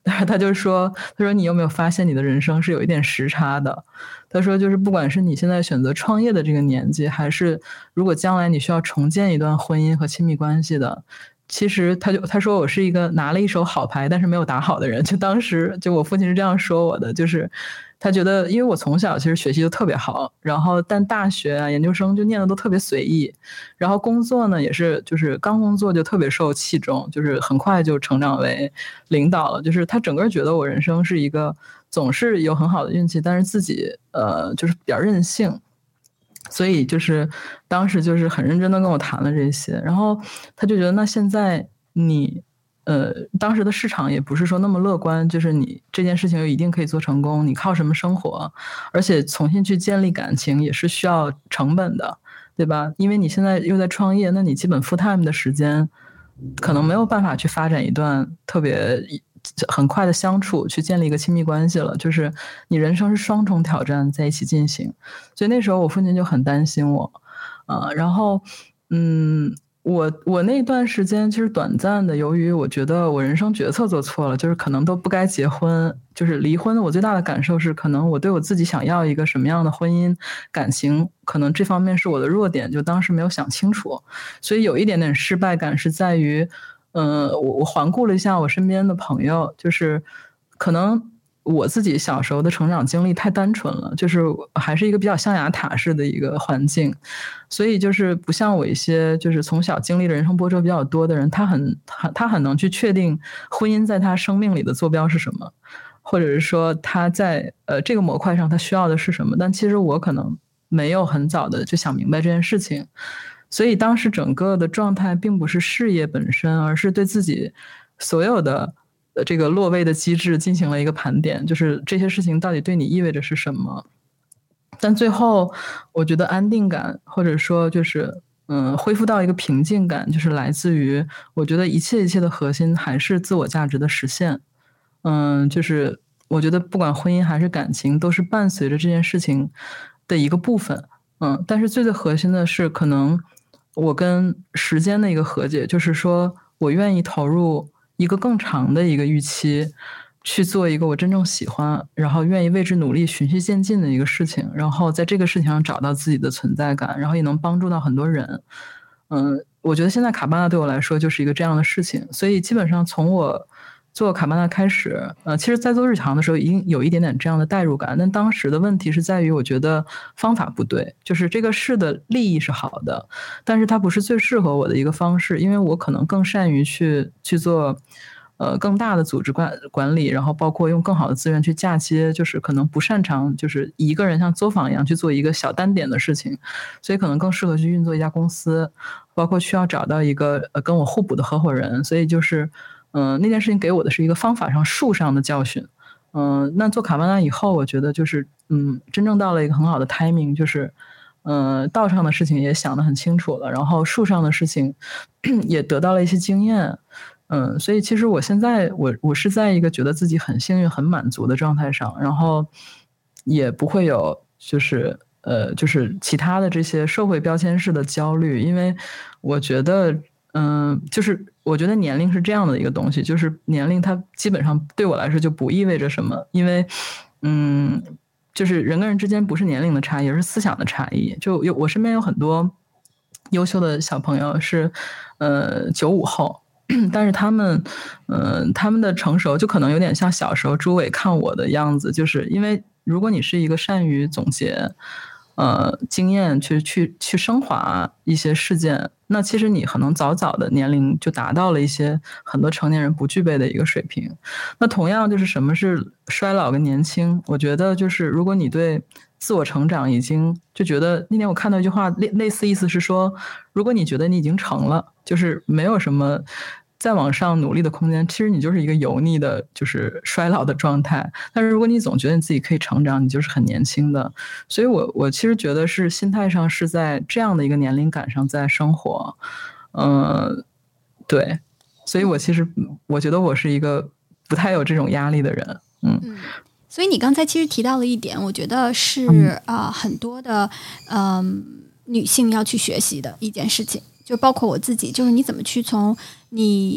他就说他说你有没有发现你的人生是有一点时差的，他说就是不管是你现在选择创业的这个年纪，还是如果将来你需要重建一段婚姻和亲密关系的，其实他就他说我是一个拿了一手好牌但是没有打好的人，就当时就我父亲是这样说我的，就是他觉得因为我从小其实学习就特别好，然后但大学啊研究生就念的都特别随意，然后工作呢也是就是刚工作就特别受器重，就是很快就成长为领导了，就是他整个觉得我人生是一个总是有很好的运气，但是自己呃就是比较任性，所以就是当时就是很认真的跟我谈了这些，然后他就觉得那现在你呃，当时的市场也不是说那么乐观，就是你这件事情又一定可以做成功，你靠什么生活？而且重新去建立感情也是需要成本的，对吧？因为你现在又在创业，那你基本 full time 的时间可能没有办法去发展一段特别很快的相处，去建立一个亲密关系了，就是你人生是双重挑战在一起进行，所以那时候我父亲就很担心我，呃，然后嗯。我我那段时间其实短暂的，由于我觉得我人生决策做错了，就是可能都不该结婚，就是离婚。我最大的感受是，可能我对我自己想要一个什么样的婚姻感情，可能这方面是我的弱点，就当时没有想清楚，所以有一点点失败感是在于，嗯、呃，我我环顾了一下我身边的朋友，就是可能我自己小时候的成长经历太单纯了，就是还是一个比较象牙塔式的一个环境，所以就是不像我一些就是从小经历的人生波折比较多的人，他很他他很能去确定婚姻在他生命里的坐标是什么，或者是说他在呃这个模块上他需要的是什么，但其实我可能没有很早的就想明白这件事情，所以当时整个的状态并不是事业本身，而是对自己所有的呃这个落位的机制进行了一个盘点，就是这些事情到底对你意味着是什么。但最后我觉得安定感，或者说就是嗯恢复到一个平静感，就是来自于我觉得一切一切的核心还是自我价值的实现。嗯，就是我觉得不管婚姻还是感情，都是伴随着这件事情的一个部分。嗯，但是最最核心的是可能我跟时间的一个和解，就是说我愿意投入一个更长的一个预期，去做一个我真正喜欢，然后愿意为之努力、循序渐进的一个事情，然后在这个事情上找到自己的存在感，然后也能帮助到很多人。嗯，我觉得现在卡巴纳对我来说就是一个这样的事情，所以基本上从我做卡巴纳开始，呃，其实在做日常的时候已经有一点点这样的代入感，但当时的问题是在于我觉得方法不对，就是这个事的利益是好的，但是它不是最适合我的一个方式，因为我可能更善于去去做呃更大的组织管管理，然后包括用更好的资源去嫁接，就是可能不擅长就是一个人像作坊一样去做一个小单点的事情，所以可能更适合去运作一家公司，包括需要找到一个呃跟我互补的合伙人，所以就是嗯、呃，那件事情给我的是一个方法上术上的教训。嗯、呃，那做卡巴纳以后，我觉得就是嗯，真正到了一个很好的 timing，就是嗯、呃，道上的事情也想得很清楚了，然后术上的事情也得到了一些经验。嗯，所以其实我现在我我是在一个觉得自己很幸运、很满足的状态上，然后也不会有就是呃就是其他的这些社会标签式的焦虑，因为我觉得嗯，就是我觉得年龄是这样的一个东西，就是年龄它基本上对我来说就不意味着什么，因为嗯，就是人跟人之间不是年龄的差异，而是思想的差异。就有我身边有很多优秀的小朋友是呃九五后。但是他们，嗯、呃，他们的成熟就可能有点像小时候朱伟看我的样子，就是因为如果你是一个善于总结，呃，经验去去去升华一些事件，那其实你可能早早的年龄就达到了一些很多成年人不具备的一个水平。那同样就是什么是衰老跟年轻？我觉得就是如果你对自我成长已经就觉得，那天我看到一句话，类类似意思是说，如果你觉得你已经成了，就是没有什么再往上努力的空间，其实你就是一个油腻的，就是衰老的状态。但是如果你总觉得你自己可以成长，你就是很年轻的。所以我我其实觉得是心态上是在这样的一个年龄感上在生活，嗯、呃，对，所以我其实我觉得我是一个不太有这种压力的人，嗯。 嗯，所以你刚才其实提到了一点，我觉得是啊、呃，很多的嗯、呃、女性要去学习的一件事情，就包括我自己，就是你怎么去从你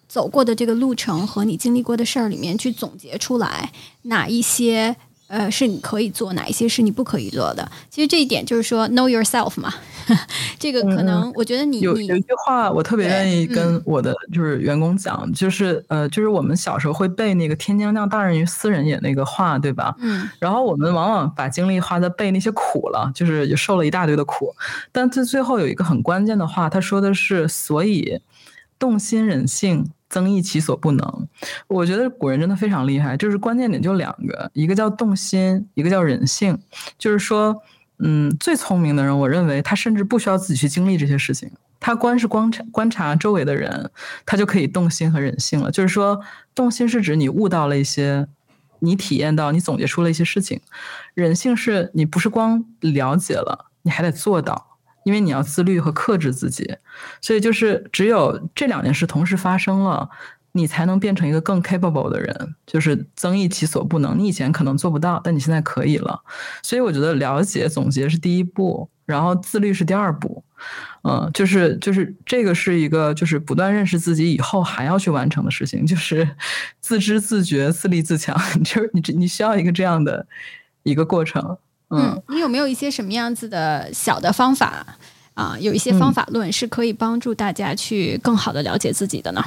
走过的这个路程和你经历过的事儿里面去总结出来哪一些呃是你可以做，哪一些是你不可以做的。其实这一点就是说 know yourself 嘛这个可能我觉得你、 嗯、有你有一句话我特别愿意跟我的就是员工讲、嗯、就是呃就是我们小时候会背那个天将降大任于斯人也那个话，对吧？ 嗯， 然后我们往往把精力花在背那些苦了，就是也受了一大堆的苦，但这最后有一个很关键的话，他说的是所以动心忍性增益其所不能。我觉得古人真的非常厉害，就是关键点就两个，一个叫动心，一个叫忍性。就是说嗯，最聪明的人我认为他甚至不需要自己去经历这些事情，他光是观察观察周围的人，他就可以动心和忍性了。就是说动心是指你悟到了一些，你体验到，你总结出了一些事情，忍性是你不是光了解了，你还得做到，因为你要自律和克制自己。所以就是只有这两件事同时发生了，你才能变成一个更 capable 的人，就是增益其所不能。你以前可能做不到，但你现在可以了。所以我觉得了解总结是第一步，然后自律是第二步。嗯，就是就是这个是一个就是不断认识自己以后还要去完成的事情，就是自知自觉自立自强，就是你你需要一个这样的一个过程。 嗯, 嗯你有没有一些什么样子的小的方法啊、呃？有一些方法论是可以帮助大家去更好的了解自己的呢？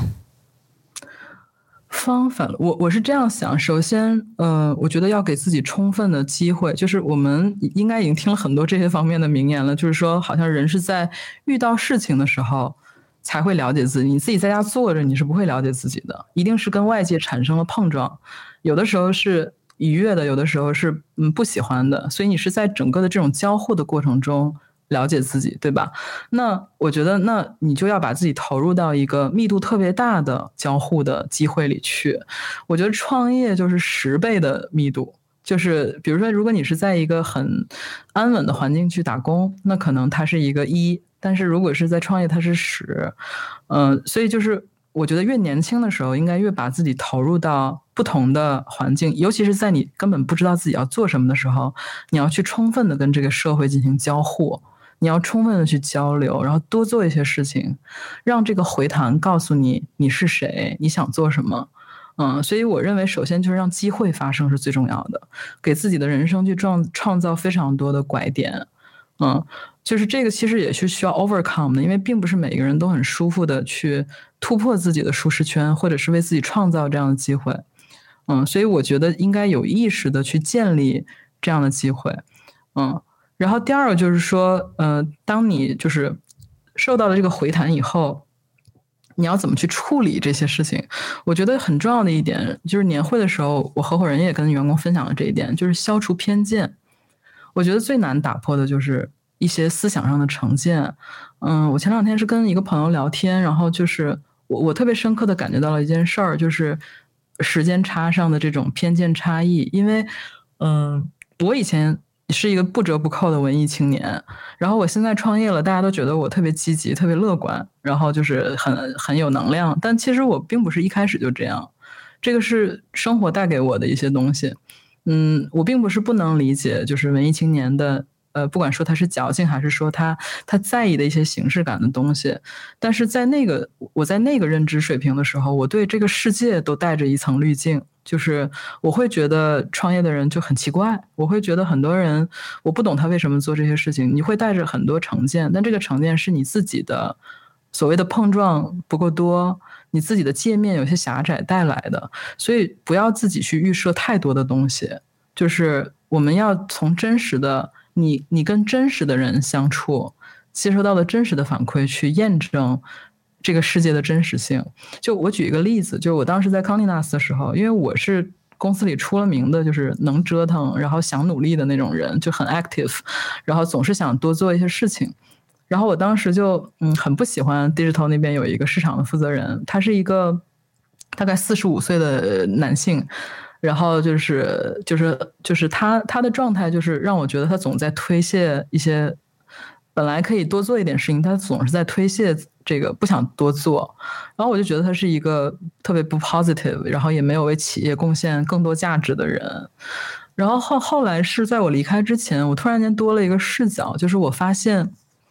方法我我是这样想，首先呃我觉得要给自己充分的机会，就是我们应该已经听了很多这些方面的名言了，就是说好像人是在遇到事情的时候才会了解自己，你自己在家坐着你是不会了解自己的，一定是跟外界产生了碰撞，有的时候是愉悦的，有的时候是嗯不喜欢的，所以你是在整个的这种交互的过程中了解自己，对吧？那我觉得那你就要把自己投入到一个密度特别大的交互的机会里去。我觉得创业就是十倍的密度，就是比如说如果你是在一个很安稳的环境去打工，那可能它是一个一，但是如果是在创业它是十。嗯、呃，所以就是我觉得越年轻的时候应该越把自己投入到不同的环境，尤其是在你根本不知道自己要做什么的时候，你要去充分的跟这个社会进行交互，你要充分的去交流，然后多做一些事情，让这个回弹告诉你你是谁，你想做什么。嗯，所以我认为首先就是让机会发生是最重要的，给自己的人生去创创造非常多的拐点。嗯，就是这个其实也是需要 overcome 的，因为并不是每个人都很舒服的去突破自己的舒适圈，或者是为自己创造这样的机会。嗯，所以我觉得应该有意识的去建立这样的机会。嗯，然后第二个就是说，呃，当你就是受到了这个回弹以后，你要怎么去处理这些事情？我觉得很重要的一点就是年会的时候，我合伙人也跟员工分享了这一点，就是消除偏见。我觉得最难打破的就是一些思想上的成见。嗯，我前两天是跟一个朋友聊天，然后就是我我特别深刻的感觉到了一件事儿，就是时间差上的这种偏见差异。因为嗯，我以前是一个不折不扣的文艺青年，然后我现在创业了，大家都觉得我特别积极特别乐观，然后就是很很有能量，但其实我并不是一开始就这样，这个是生活带给我的一些东西。嗯，我并不是不能理解就是文艺青年的呃，不管说他是矫情还是说他他在意的一些形式感的东西，但是在那个我在那个认知水平的时候，我对这个世界都带着一层滤镜，就是我会觉得创业的人就很奇怪，我会觉得很多人我不懂他为什么做这些事情，你会带着很多成见，但这个成见是你自己的所谓的碰撞不够多，你自己的界面有些狭窄带来的，所以不要自己去预设太多的东西，就是我们要从真实的你你跟真实的人相处，接收到的真实的反馈去验证这个世界的真实性。就我举一个例子，就是我当时在康利纳斯的时候，因为我是公司里出了名的就是能折腾然后想努力的那种人，就很 active， 然后总是想多做一些事情。然后我当时就嗯很不喜欢 digital 那边有一个市场的负责人，他是一个大概四十五岁的男性，然后就是就是就是他他的状态就是让我觉得他总在推卸一些本来可以多做一点事情，他总是在推卸这个不想多做，然后我就觉得他是一个特别不 positive， 然后也没有为企业贡献更多价值的人。然后后后来是在我离开之前，我突然间多了一个视角，就是我发现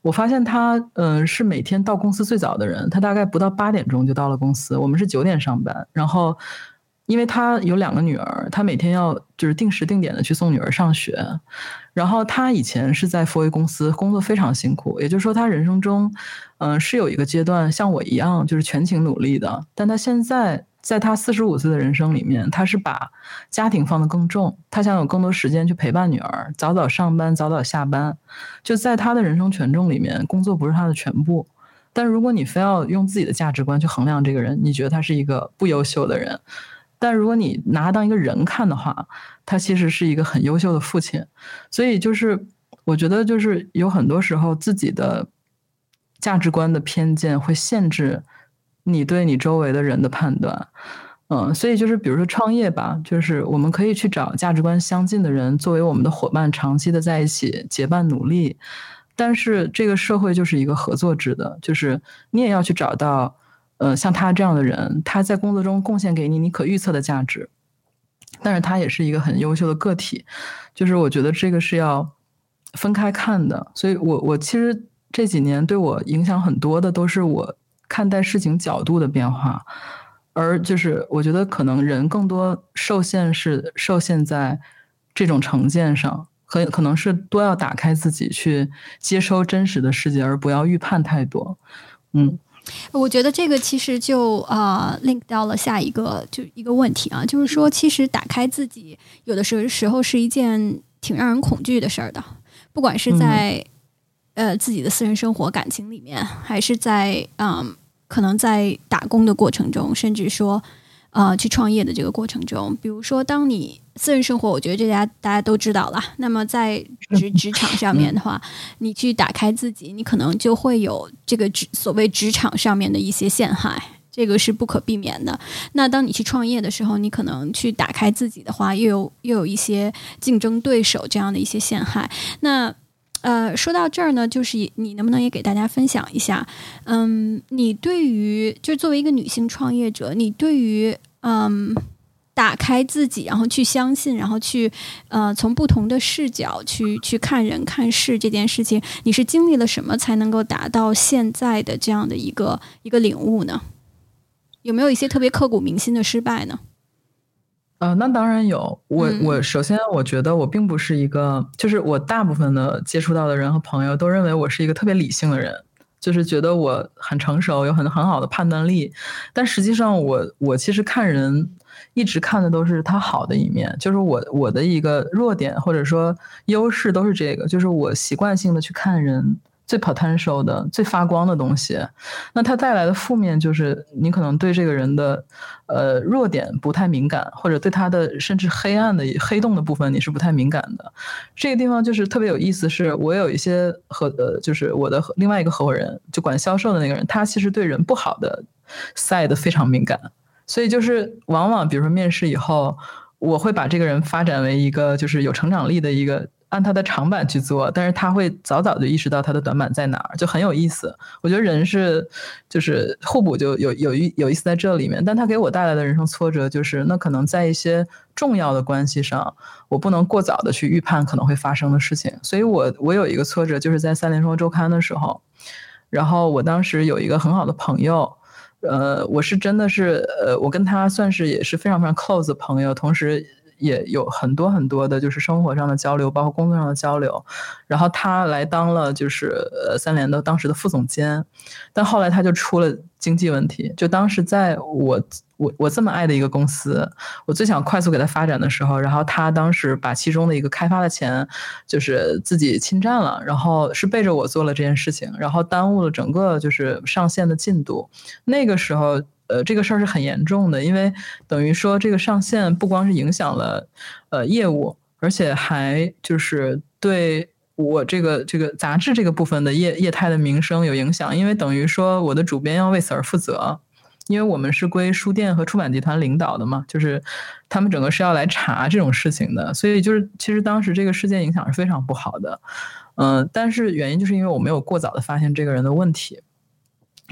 我发现他嗯、呃、是每天到公司最早的人，他大概不到八点钟就到了公司，我们是九点上班，然后因为他有两个女儿，他每天要就是定时定点的去送女儿上学，然后他以前是在福威公司工作非常辛苦，也就是说他人生中嗯、呃、是有一个阶段像我一样就是全情努力的，但他现在在他四十五岁的人生里面，他是把家庭放得更重，他想有更多时间去陪伴女儿，早早上班早早下班，就在他的人生权重里面，工作不是他的全部。但如果你非要用自己的价值观去衡量这个人，你觉得他是一个不优秀的人，但如果你拿他当一个人看的话，他其实是一个很优秀的父亲。所以就是我觉得就是有很多时候自己的价值观的偏见会限制你对你周围的人的判断。嗯，所以就是比如说创业吧，就是我们可以去找价值观相近的人作为我们的伙伴，长期的在一起结伴努力。但是这个社会就是一个合作制的，就是你也要去找到呃，像他这样的人，他在工作中贡献给你你可预测的价值，但是他也是一个很优秀的个体，就是我觉得这个是要分开看的。所以我我其实这几年对我影响很多的都是我看待事情角度的变化，而就是我觉得可能人更多受限是受限在这种成见上，可可能是多要打开自己去接收真实的世界，而不要预判太多。嗯， 我觉得这个其实就呃 link 到了下一个就一个问题啊，就是说其实打开自己有的时候时候是一件挺让人恐惧的事儿的，不管是在、嗯、呃自己的私人生活感情里面，还是在嗯可能在打工的过程中，甚至说呃去创业的这个过程中，比如说当你私人生活，我觉得这家大家都知道了。那么在职职场上面的话，你去打开自己，你可能就会有这个职所谓职场上面的一些陷害，这个是不可避免的。那当你去创业的时候，你可能去打开自己的话，又有又有一些竞争对手这样的一些陷害。那呃，说到这儿呢，就是你能不能也给大家分享一下，嗯，你对于就作为一个女性创业者，你对于嗯。打开自己，然后去相信，然后去呃从不同的视角去去看人看事这件事情，你是经历了什么才能够达到现在的这样的一个一个领悟呢？有没有一些特别刻骨铭心的失败呢？ 呃，那当然有。我我首先我觉得我并不是一个，就是我大部分的接触到的人和朋友都认为我是一个特别理性的人，就是觉得我很成熟，有很很好的判断力。但实际上我我其实看人一直看的都是他好的一面，就是我我的一个弱点或者说优势都是这个，就是我习惯性的去看人最 potential 的最发光的东西。那它带来的负面就是你可能对这个人的呃弱点不太敏感，或者对他的甚至黑暗的黑洞的部分你是不太敏感的。这个地方就是特别有意思，是我有一些合呃就是我的另外一个合伙人，就管销售的那个人，他其实对人不好的 side 非常敏感。所以就是往往比如说面试以后，我会把这个人发展为一个就是有成长力的一个，按他的长板去做，但是他会早早就意识到他的短板在哪儿，就很有意思。我觉得人是就是互补，就有有有意思在这里面。但他给我带来的人生挫折就是，那可能在一些重要的关系上，我不能过早的去预判可能会发生的事情。所以我我有一个挫折，就是在三联生活周刊的时候，然后我当时有一个很好的朋友。呃，我是真的是，呃，我跟他算是也是非常非常 close 的朋友，同时也有很多很多的就是生活上的交流，包括工作上的交流。然后他来当了就是呃三联的当时的副总监，但后来他就出了经济问题。就当时在我我我这么爱的一个公司，我最想快速给他发展的时候，然后他当时把其中的一个开发的钱就是自己侵占了，然后是背着我做了这件事情，然后耽误了整个就是上线的进度。那个时候呃，这个事儿是很严重的，因为等于说这个上线不光是影响了呃业务，而且还就是对我这个这个杂志这个部分的业业态的名声有影响，因为等于说我的主编要为此而负责，因为我们是归书店和出版集团领导的嘛，就是他们整个是要来查这种事情的，所以就是其实当时这个事件影响是非常不好的，嗯、呃，但是原因就是因为我没有过早的发现这个人的问题。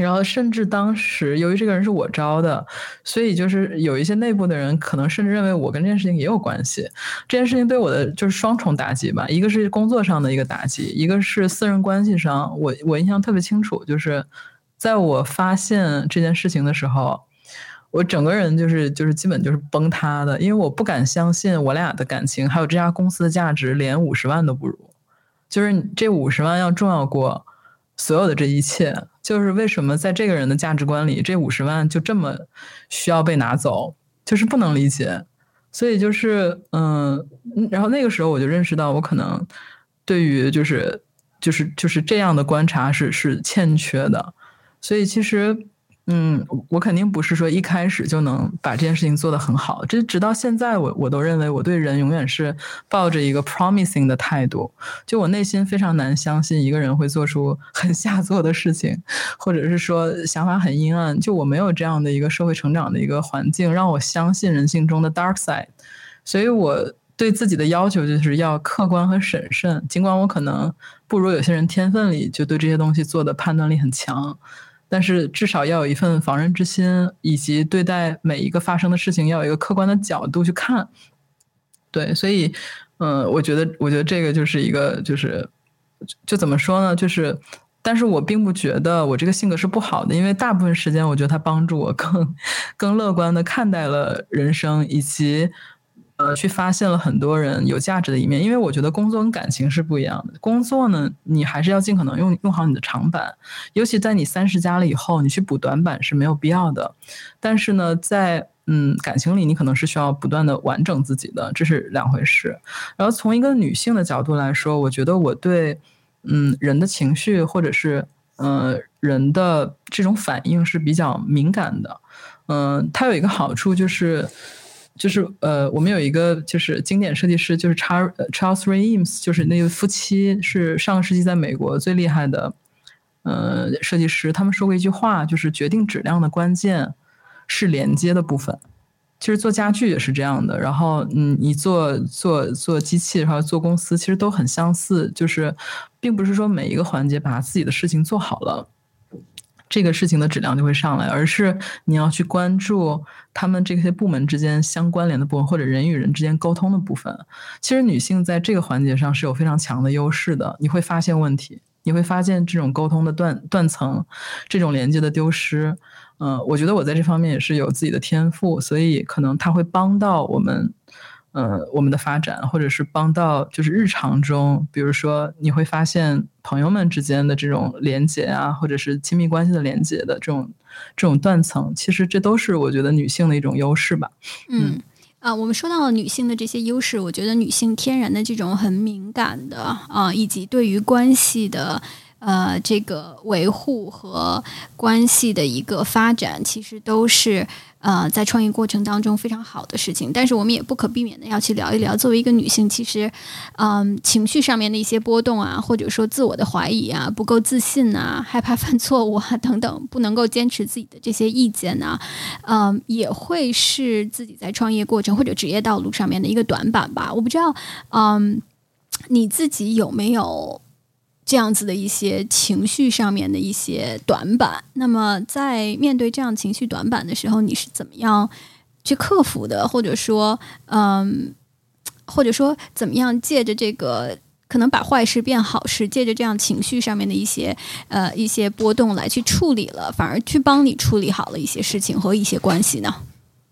然后甚至当时由于这个人是我招的，所以就是有一些内部的人可能甚至认为我跟这件事情也有关系。这件事情对我的就是双重打击吧，一个是工作上的一个打击，一个是私人关系上。我我印象特别清楚，就是在我发现这件事情的时候，我整个人就是就是基本就是崩塌的，因为我不敢相信我俩的感情还有这家公司的价值连五十万都不如，就是这五十万要重要过所有的这一切。就是为什么在这个人的价值观里，这五十万就这么需要被拿走，就是不能理解。所以就是嗯，然后那个时候我就认识到，我可能对于就是就是就是这样的观察是是欠缺的。所以其实嗯，我肯定不是说一开始就能把这件事情做得很好，这直到现在我我都认为我对人永远是抱着一个 promising 的态度，就我内心非常难相信一个人会做出很下作的事情，或者是说想法很阴暗，就我没有这样的一个社会成长的一个环境让我相信人性中的 dark side。 所以我对自己的要求就是要客观和审慎，尽管我可能不如有些人天分里就对这些东西做的判断力很强，但是至少要有一份防人之心，以及对待每一个发生的事情要有一个客观的角度去看。对，所以嗯，我觉得我觉得这个就是一个就是就怎么说呢，就是但是我并不觉得我这个性格是不好的，因为大部分时间我觉得它帮助我更更乐观的看待了人生，以及呃，去发现了很多人有价值的一面。因为我觉得工作跟感情是不一样的，工作呢你还是要尽可能用用好你的长板，尤其在你三十加了以后，你去补短板是没有必要的。但是呢在嗯感情里你可能是需要不断的完整自己的，这是两回事。然后从一个女性的角度来说，我觉得我对嗯人的情绪或者是呃人的这种反应是比较敏感的。嗯、呃，它有一个好处就是就是呃，我们有一个就是经典设计师，就是 Charles Charles Reims， 就是那个夫妻是上个世纪在美国最厉害的呃设计师。他们说过一句话，就是决定质量的关键是连接的部分。其实做家具也是这样的，然后嗯，你做做做机器，然后做公司，其实都很相似，就是并不是说每一个环节把自己的事情做好了，这个事情的质量就会上来，而是你要去关注他们这些部门之间相关联的部分，或者人与人之间沟通的部分。其实女性在这个环节上是有非常强的优势的，你会发现问题，你会发现这种沟通的断断层，这种连接的丢失。嗯、呃，我觉得我在这方面也是有自己的天赋，所以可能它会帮到我们呃，我们的发展，或者是帮到就是日常中，比如说你会发现朋友们之间的这种连结啊，或者是亲密关系的连结的这种这种断层，其实这都是我觉得女性的一种优势吧。 嗯啊，我们说到了女性的这些优势，我觉得女性天然的这种很敏感的啊，以及对于关系的呃这个维护和关系的一个发展，其实都是呃在创业过程当中非常好的事情。但是我们也不可避免的要去聊一聊，作为一个女性，其实嗯情绪上面的一些波动啊，或者说自我的怀疑啊，不够自信啊，害怕犯错误啊等等，不能够坚持自己的这些意见啊，嗯也会是自己在创业过程或者职业道路上面的一个短板吧。我不知道嗯你自己有没有这样子的一些情绪上面的一些短板，那么在面对这样情绪短板的时候，你是怎么样去克服的，或者说嗯，或者说怎么样借着这个可能把坏事变好事，借着这样情绪上面的一些呃一些波动来去处理了，反而去帮你处理好了一些事情和一些关系呢？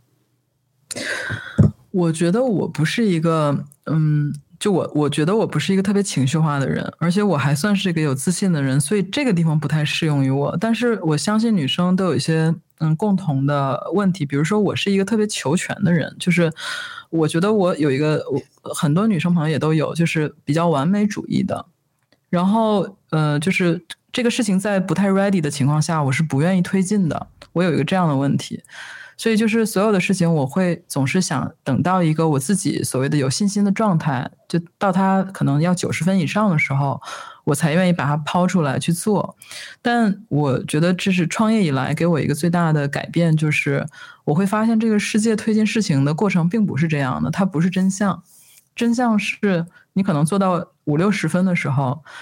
我觉得我不是一个嗯就我我觉得我不是一个特别情绪化的人，而且我还算是一个有自信的人，所以这个地方不太适用于我。但是我相信女生都有一些嗯共同的问题，比如说我是一个特别求全的人，就是我觉得我有一个很多女生朋友也都有，就是比较完美主义的。然后呃就是这个事情在不太 ready 的情况下，我是不愿意推进的，我有一个这样的问题。所以就是所有的事情我会总是想等到一个我自己所谓的有信心的状态，就到它可能要九十分以上的时候，我才愿意把它抛出来去做。但我觉得这是创业以来给我一个最大的改变，就是我会发现这个世界推进事情的过程并不是这样的，它不是真相。真相是你可能做到五六十分的时候，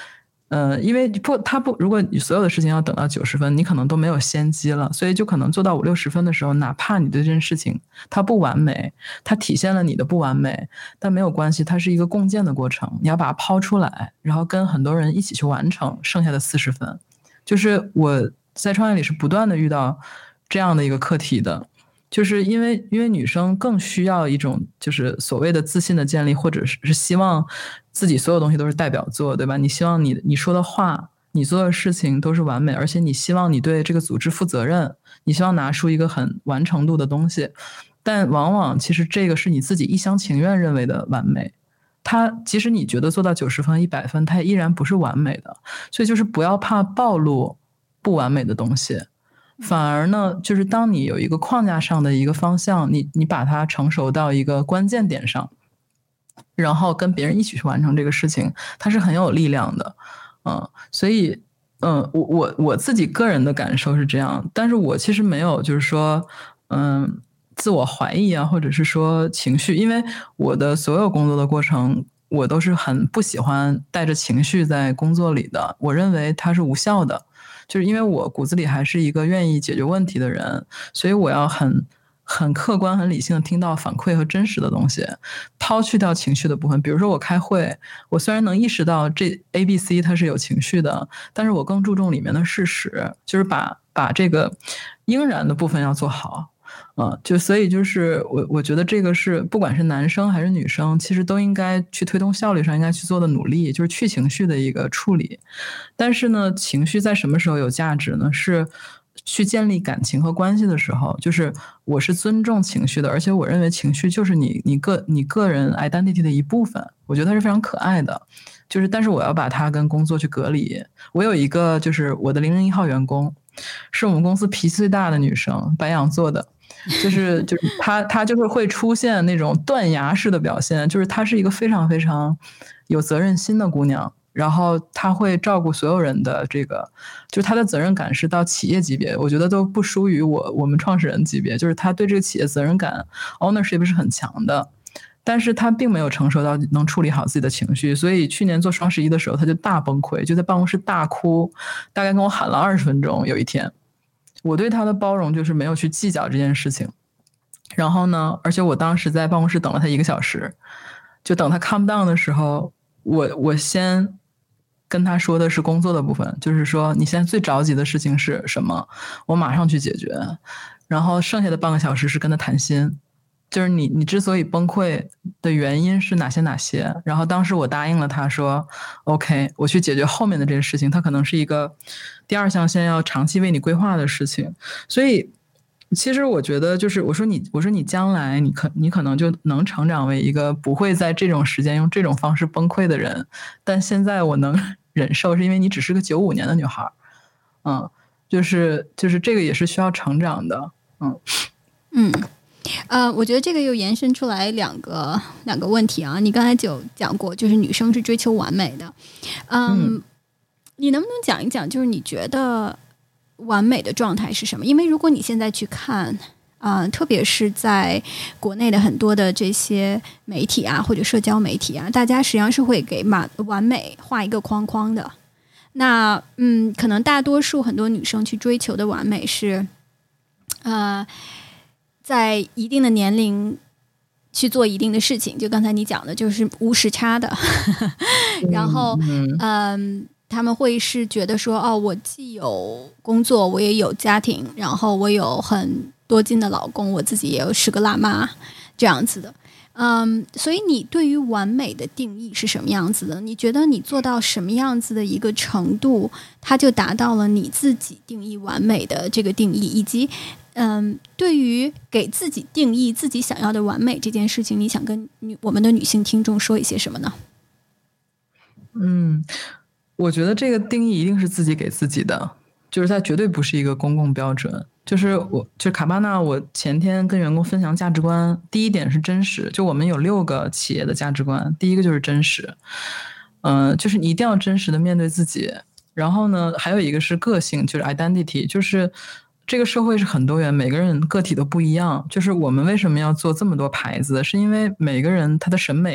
呃，因为不，他不，如果你所有的事情要等到九十分，你可能都没有先机了，所以就可能做到五六十分的时候，哪怕你对这件事情它不完美，它体现了你的不完美，但没有关系，它是一个共建的过程，你要把它抛出来，然后跟很多人一起去完成剩下的四十分。就是我在创业里是不断的遇到这样的一个课题的。就是因为因为女生更需要一种就是所谓的自信的建立，或者是希望自己所有东西都是代表作，对吧？你希望你你说的话，你做的事情都是完美，而且你希望你对这个组织负责任，你希望拿出一个很完成度的东西。但往往其实这个是你自己一厢情愿认为的完美，它即使你觉得做到九十分、一百分，它也依然不是完美的。所以就是不要怕暴露不完美的东西。反而呢，就是当你有一个框架上的一个方向，你你把它成熟到一个关键点上，然后跟别人一起去完成这个事情，它是很有力量的。嗯，所以嗯，我我我自己个人的感受是这样，但是我其实没有就是说嗯自我怀疑啊，或者是说情绪，因为我的所有工作的过程，我都是很不喜欢带着情绪在工作里的，我认为它是无效的。就是因为我骨子里还是一个愿意解决问题的人，所以我要很很客观很理性的听到反馈和真实的东西，抛去掉情绪的部分。比如说我开会，我虽然能意识到这 A B C 它是有情绪的，但是我更注重里面的事实，就是把把这个应然的部分要做好。嗯，就所以就是我我觉得这个是不管是男生还是女生，其实都应该去推动效率上应该去做的努力，就是去情绪的一个处理。但是呢，情绪在什么时候有价值呢？是去建立感情和关系的时候，就是我是尊重情绪的，而且我认为情绪就是你你个你个人 identity 的一部分，我觉得它是非常可爱的。就是但是我要把它跟工作去隔离。我有一个就是我的零零一号员工，是我们公司脾气最大的女生，白羊座的。就是就是她她就是会出现那种断崖式的表现，就是她是一个非常非常有责任心的姑娘，然后她会照顾所有人的这个，就是她的责任感是到企业级别，我觉得都不输于我我们创始人级别，就是她对这个企业责任感 ownership 是很强的。但是她并没有成熟到能处理好自己的情绪，所以去年做双十一的时候，她就大崩溃，就在办公室大哭，大概跟我喊了二十分钟。有一天，我对她的包容就是没有去计较这件事情。然后呢，而且我当时在办公室等了她一个小时，就等她 calm down 的时候，我我先跟她说的是工作的部分，就是说你现在最着急的事情是什么，我马上去解决。然后剩下的半个小时是跟她谈心。就是你你之所以崩溃的原因是哪些哪些，然后当时我答应了他说 OK 我去解决后面的这个事情，它可能是一个第二象限要长期为你规划的事情。所以其实我觉得就是我说你我说你将来你可你可能就能成长为一个不会在这种时间用这种方式崩溃的人，但现在我能忍受是因为你只是个九五年的女孩。嗯，就是就是这个也是需要成长的。嗯嗯呃，我觉得这个又延伸出来两个两个问题啊。你刚才就讲过，就是女生是追求完美的，嗯，嗯你能不能讲一讲，就是你觉得完美的状态是什么？因为如果你现在去看啊、呃，特别是在国内的很多的这些媒体啊，或者社交媒体啊，大家实际上是会给完完美画一个框框的。那嗯，可能大多数很多女生去追求的完美是，呃。在一定的年龄去做一定的事情，就刚才你讲的就是无时差的然后嗯、呃，他们会是觉得说哦，我既有工作我也有家庭，然后我有很多金的老公，我自己也有十个辣妈这样子的。嗯，所以你对于完美的定义是什么样子的？你觉得你做到什么样子的一个程度，它就达到了你自己定义完美的这个定义，以及嗯，对于给自己定义自己想要的完美这件事情，你想跟女我们的女性听众说一些什么呢？ 嗯，我觉得这个定义一定是自己给自己的，就是它绝对不是一个公共标准。就是我，就卡巴纳，我前天跟员工分享价值观，第一点是真实，就我们有六个企业的价值观，第一个就是真实，嗯、呃，就是你一定要真实的面对自己。然后呢，还有一个是个性，就是 identity， 就是这个社会是很多元，每个人个体都不一样。就是我们为什么要做这么多牌子，是因为每个人他的审美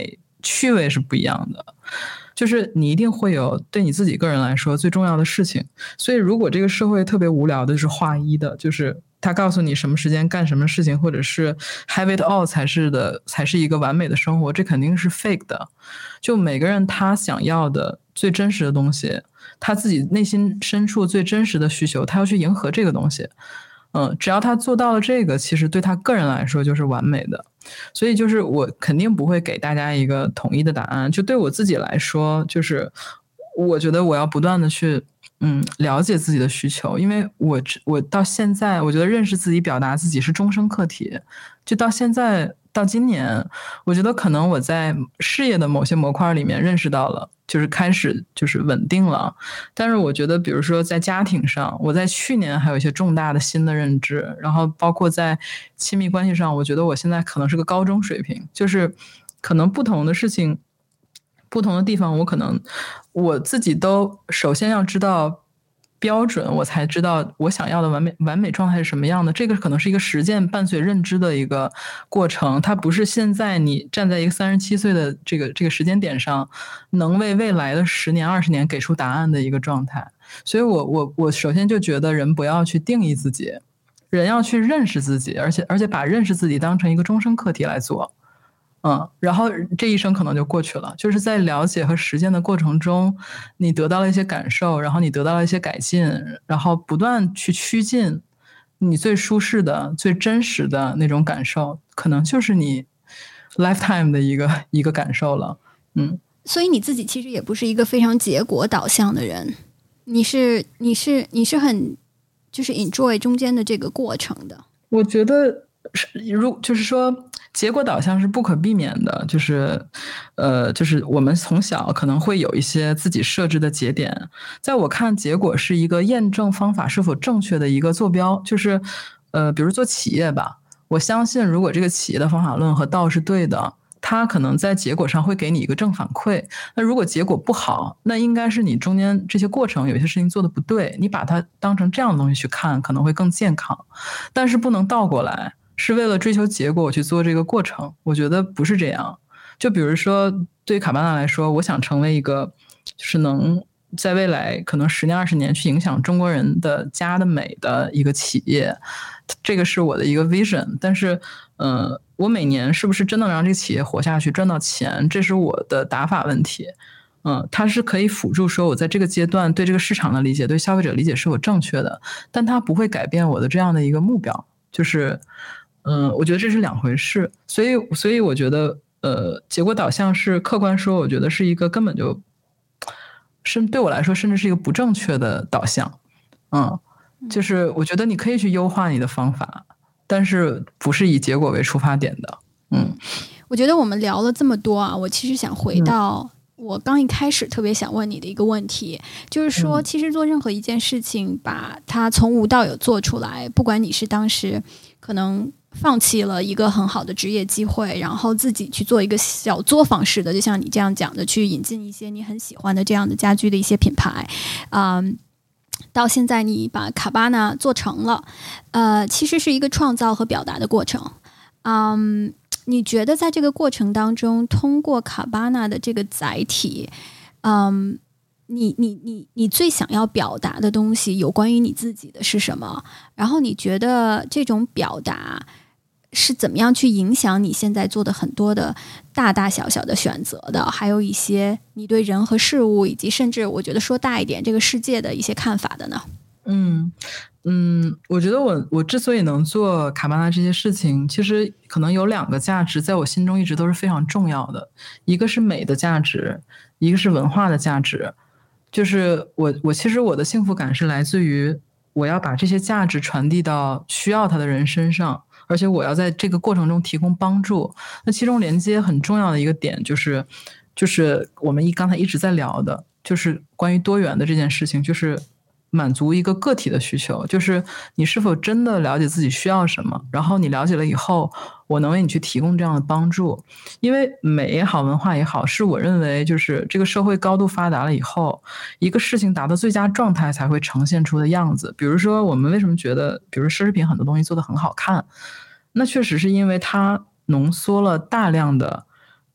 趣味是不一样的。就是你一定会有对你自己个人来说最重要的事情，所以如果这个社会特别无聊的，就是划一的，就是他告诉你什么时间干什么事情，或者是 have it all 才是的，才是一个完美的生活，这肯定是 fake 的。就每个人他想要的最真实的东西，他自己内心深处最真实的需求，他要去迎合这个东西。嗯，只要他做到了这个，其实对他个人来说就是完美的。所以就是我肯定不会给大家一个统一的答案，就对我自己来说，就是我觉得我要不断的去嗯了解自己的需求，因为我我到现在我觉得认识自己表达自己是终生课题，就到现在到今年，我觉得可能我在事业的某些模块里面认识到了，就是开始就是稳定了。但是我觉得比如说在家庭上，我在去年还有一些重大的新的认知，然后包括在亲密关系上，我觉得我现在可能是个高中水平，就是可能不同的事情不同的地方，我可能我自己都首先要知道标准，我才知道我想要的完美完美状态是什么样的。这个可能是一个实践伴随认知的一个过程，它不是现在你站在一个三十七岁的这个这个时间点上能为未来的十年二十年给出答案的一个状态。所以我我我首先就觉得人不要去定义自己，人要去认识自己，而且而且把认识自己当成一个终身课题来做。嗯，然后这一生可能就过去了，就是在了解和实践的过程中，你得到了一些感受，然后你得到了一些改进，然后不断去趋近你最舒适的、最真实的那种感受，可能就是你 lifetime 的一个一个感受了。嗯， 所以你自己其实也不是一个非常结果导向的人，你是你是你是很就是 enjoy 中间的这个过程的。 我觉得如就是说结果导向是不可避免的，就是呃就是我们从小可能会有一些自己设置的节点，在我看结果是一个验证方法是否正确的一个坐标，就是呃比如做企业吧，我相信如果这个企业的方法论和道是对的，它可能在结果上会给你一个正反馈。那如果结果不好，那应该是你中间这些过程有些事情做的不对，你把它当成这样的东西去看可能会更健康，但是不能倒过来，是为了追求结果我去做这个过程，我觉得不是这样。就比如说对于卡巴纳来说，我想成为一个就是能在未来可能十年二十年去影响中国人的家的美的一个企业，这个是我的一个 vision。 但是呃，我每年是不是真能让这个企业活下去赚到钱，这是我的打法问题。嗯，它是可以辅助说我在这个阶段对这个市场的理解对消费者理解是否正确的，但它不会改变我的这样的一个目标，就是嗯，我觉得这是两回事。所以所以我觉得呃，结果导向是客观说我觉得是一个根本就是对我来说甚至是一个不正确的导向。嗯，就是我觉得你可以去优化你的方法，但是不是以结果为出发点的。嗯， 我觉得我们聊了这么多啊，我其实想回到我刚一开始特别想问你的一个问题，就是说其实做任何一件事情把它从无到有做出来，不管你是当时可能放弃了一个很好的职业机会，然后自己去做一个小作坊式的，就像你这样讲的，去引进一些你很喜欢的这样的家居的一些品牌，嗯，到现在你把卡巴纳做成了，呃，其实是一个创造和表达的过程。嗯，你觉得在这个过程当中，通过卡巴纳的这个载体，嗯，你你你你最想要表达的东西有关于你自己的是什么？然后你觉得这种表达是怎么样去影响你现在做的很多的大大小小的选择的，还有一些你对人和事物，以及甚至我觉得说大一点这个世界的一些看法的呢？ 嗯嗯，我觉得我我之所以能做卡巴纳这些事情，其实可能有两个价值在我心中一直都是非常重要的，一个是美的价值，一个是文化的价值。就是我我其实我的幸福感是来自于我要把这些价值传递到需要它的人身上，而且我要在这个过程中提供帮助。那其中连接很重要的一个点就是就是我们一刚才一直在聊的，就是关于多元的这件事情，就是满足一个个体的需求，就是你是否真的了解自己需要什么，然后你了解了以后，我能为你去提供这样的帮助。因为美也好，文化也好，是我认为就是这个社会高度发达了以后，一个事情达到最佳状态才会呈现出的样子。比如说我们为什么觉得比如奢侈品很多东西做得很好看，那确实是因为它浓缩了大量的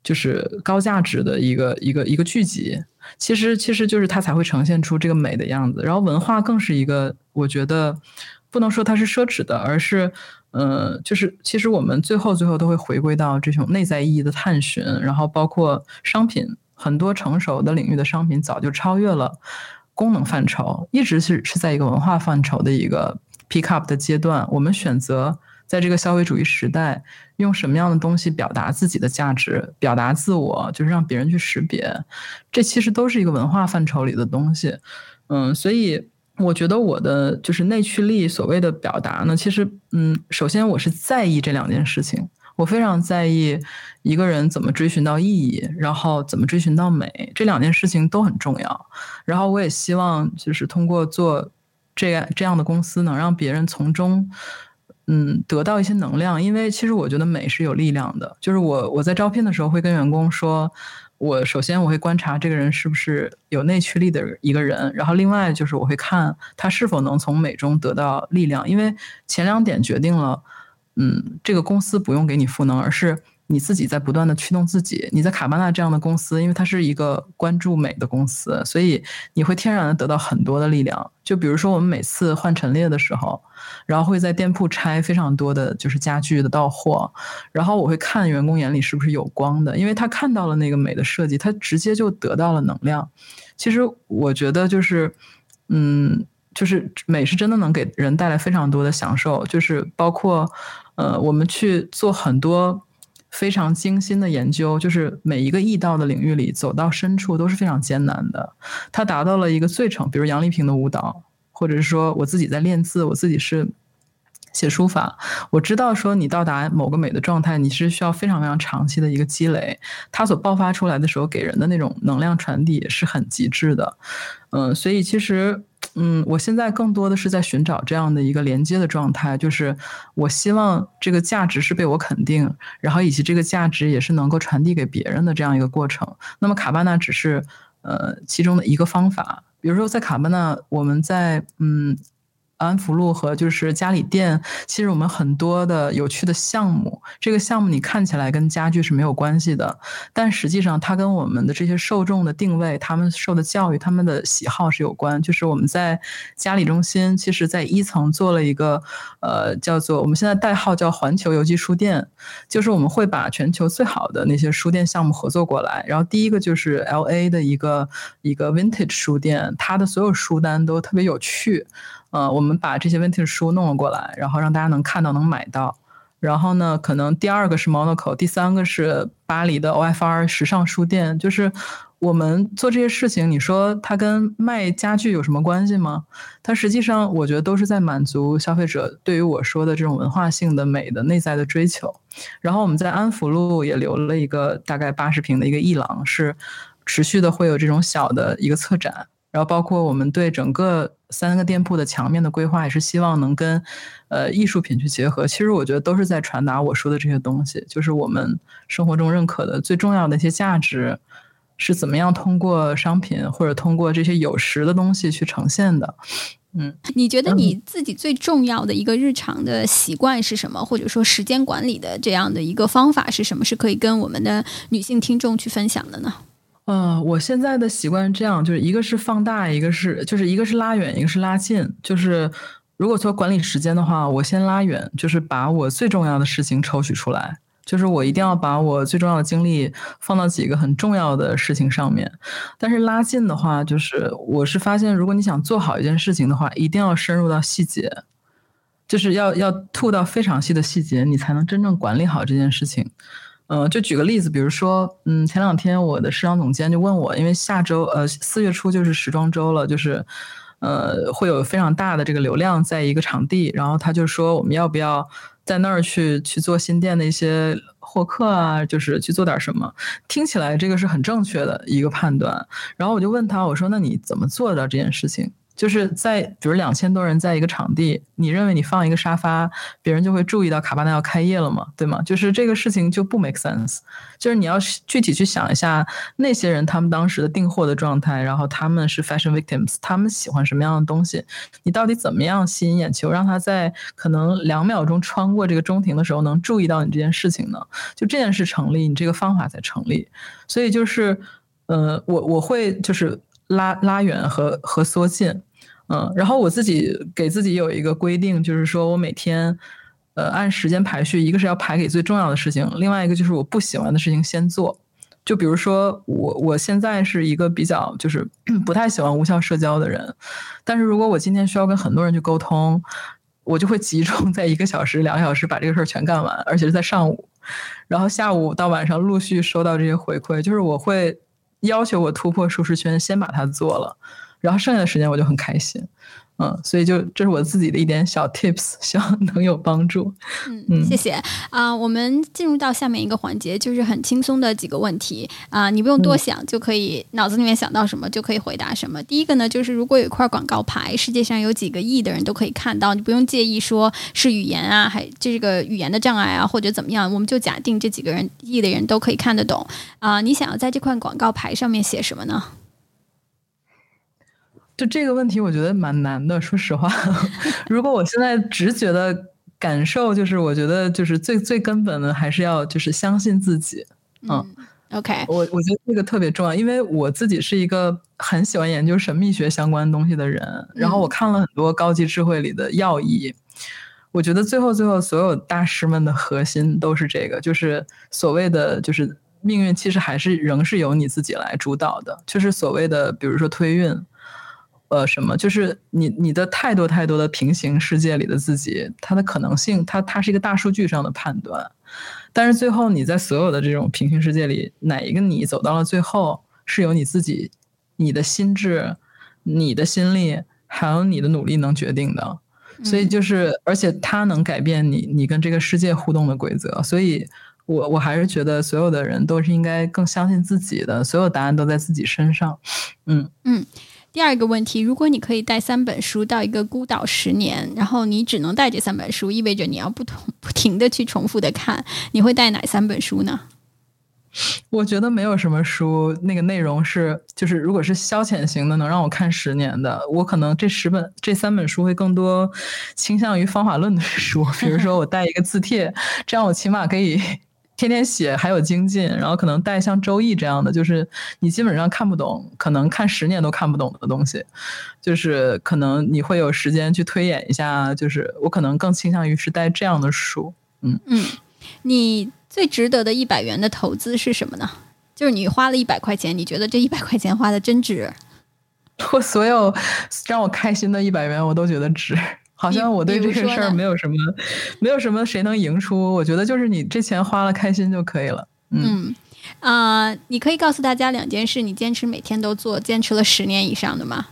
就是高价值的一个一个一个聚集，其实其实就是它才会呈现出这个美的样子。然后文化更是一个，我觉得不能说它是奢侈的，而是呃，就是其实我们最后最后都会回归到这种内在意义的探寻，然后包括商品，很多成熟的领域的商品早就超越了功能范畴，一直是是在一个文化范畴的一个 pick up 的阶段。我们选择在这个消费主义时代，用什么样的东西表达自己的价值，表达自我，就是让别人去识别，这其实都是一个文化范畴里的东西。嗯，所以我觉得我的就是内驱力所谓的表达呢，其实嗯，首先我是在意这两件事情，我非常在意一个人怎么追寻到意义，然后怎么追寻到美，这两件事情都很重要。然后我也希望就是通过做这样这样的公司，能让别人从中嗯，得到一些能量。因为其实我觉得美是有力量的，就是我我在招聘的时候会跟员工说，我首先我会观察这个人是不是有内驱力的一个人，然后另外就是我会看他是否能从美中得到力量。因为前两点决定了嗯，这个公司不用给你赋能，而是你自己在不断的驱动自己。你在卡巴纳这样的公司，因为它是一个关注美的公司，所以你会天然的得到很多的力量。就比如说我们每次换陈列的时候，然后会在店铺拆非常多的就是家具的到货，然后我会看员工眼里是不是有光的，因为他看到了那个美的设计，他直接就得到了能量。其实我觉得就是嗯就是美是真的能给人带来非常多的享受，就是包括呃我们去做很多非常精心的研究，就是每一个易道的领域里走到深处都是非常艰难的。它达到了一个最成，比如杨丽萍的舞蹈，或者是说我自己在练字，我自己是写书法，我知道说你到达某个美的状态，你是需要非常非常长期的一个积累，它所爆发出来的时候给人的那种能量传递也是很极致的。嗯，所以其实嗯，我现在更多的是在寻找这样的一个连接的状态，就是我希望这个价值是被我肯定，然后以及这个价值也是能够传递给别人的这样一个过程。那么卡巴纳只是呃其中的一个方法。比如说在卡巴纳，我们在嗯安福路和就是嘉里店，其实我们很多的有趣的项目，这个项目你看起来跟家具是没有关系的，但实际上它跟我们的这些受众的定位，他们受的教育，他们的喜好是有关。就是我们在嘉里中心，其实在一层做了一个呃叫做我们现在代号叫环球游记书店，就是我们会把全球最好的那些书店项目合作过来。然后第一个就是 L A 的一个一个 vintage 书店，它的所有书单都特别有趣。呃，我们把这些 vintage 书弄了过来，然后让大家能看到能买到。然后呢，可能第二个是 Monaco， 第三个是巴黎的 O F R 时尚书店。就是我们做这些事情，你说它跟卖家具有什么关系吗？它实际上我觉得都是在满足消费者对于我说的这种文化性的美的内在的追求。然后我们在安福路也留了一个大概八十平的一个艺廊，是持续的会有这种小的一个策展。然后包括我们对整个三个店铺的墙面的规划，也是希望能跟呃艺术品去结合。其实我觉得都是在传达我说的这些东西，就是我们生活中认可的最重要的一些价值是怎么样通过商品或者通过这些有实的东西去呈现的。嗯， 你觉得你自己最重要的一个日常的习惯是什么？或者说时间管理的这样的一个方法是什么？是可以跟我们的女性听众去分享的呢？ 呃，我现在的习惯是这样，就是一个是放大，一个是就是一个是拉远，一个是拉近。就是如果说管理时间的话，我先拉远，就是把我最重要的事情抽取出来，就是我一定要把我最重要的精力放到几个很重要的事情上面。但是拉近的话，就是我是发现，如果你想做好一件事情的话，一定要深入到细节，就是要要吐到非常细的细节，你才能真正管理好这件事情。呃，就举个例子，比如说，嗯，前两天我的市场总监就问我，因为下周，呃，四月初就是时装周了，就是，呃，会有非常大的这个流量在一个场地，然后他就说我们要不要在那儿去去做新店的一些获客啊，就是去做点什么。听起来这个是很正确的一个判断，然后我就问他，我说那你怎么做到这件事情？ 就是在比如两千多人在一个场地，你认为你放一个沙发，别人就会注意到卡巴纳要开业了吗？对吗？就是这个事情就不 make sense。就是你要具体去想一下那些人他们当时的订货的状态，然后他们是 fashion victims， 他们喜欢什么样的东西，你到底怎么样吸引眼球，让他在可能两秒钟穿过这个中庭的时候能注意到你这件事情呢？就这件事成立，你这个方法才成立。所以就是呃，我我会就是拉拉远和和缩近。嗯，然后我自己给自己有一个规定，就是说我每天，呃，按时间排序，一个是要排给最重要的事情，另外一个就是我不喜欢的事情先做。就比如说我我现在是一个比较就是不太喜欢无效社交的人，但是如果我今天需要跟很多人去沟通，我就会集中在一个小时、两个小时把这个事儿全干完，而且是在上午，然后下午到晚上陆续收到这些回馈，就是我会要求我突破舒适圈，先把它做了。然后剩下的时间我就很开心，嗯，所以就这是我自己的一点小 tips， 希望能有帮助。 嗯，嗯谢谢啊、呃。我们进入到下面一个环节，就是很轻松的几个问题啊、呃，你不用多想、嗯、就可以，脑子里面想到什么就可以回答什么。第一个呢，就是如果有一块广告牌，世界上有几个亿的人都可以看到，你不用介意说是语言啊，还这个语言的障碍啊，或者怎么样，我们就假定这几个人亿的人都可以看得懂啊、呃。你想要在这块广告牌上面写什么呢？ 就这个问题我觉得蛮难的，说实话。如果我现在直觉的感受，就是我觉得就是最最根本的还是要就是相信自己。嗯, 嗯 OK， 我我觉得这个特别重要，因为我自己是一个很喜欢研究神秘学相关东西的人，然后我看了很多高级智慧里的要义、嗯、我觉得最后最后所有大师们的核心都是这个，就是所谓的就是命运其实还是仍是由你自己来主导的，就是所谓的比如说推运呃，什么？就是你你的太多太多的平行世界里的自己，它的可能性，它它是一个大数据上的判断，但是最后你在所有的这种平行世界里，哪一个你走到了最后，是由你自己、你的心智、你的心力，还有你的努力能决定的。所以就是，而且它能改变你你跟这个世界互动的规则。所以我我还是觉得所有的人都是应该更相信自己的，所有答案都在自己身上。嗯嗯。第二个问题，如果你可以带三本书到一个孤岛十年，然后你只能带这三本书，意味着你要不同不停的去重复的看，你会带哪三本书呢？ 我觉得没有什么书那个内容是就是如果是消遣型的能让我看十年的，我可能这十本这三本书会更多倾向于方法论的书，比如说我带一个字帖，这样我起码可以天天写还有精进，然后可能带像周易这样的，就是你基本上看不懂，可能看十年都看不懂的东西，就是可能你会有时间去推演一下，就是我可能更倾向于是带这样的书。嗯嗯，你最值得的一百元的投资是什么呢？就是你花了一百块钱，你觉得这一百块钱花的真值？ 我所有让我开心的一百元我都觉得值。好像我对这个事儿没有什么没有什么谁能赢出，我觉得就是你这钱花了开心就可以了。 嗯啊、呃，你可以告诉大家两件事你坚持每天都做，坚持了十年以上的吗？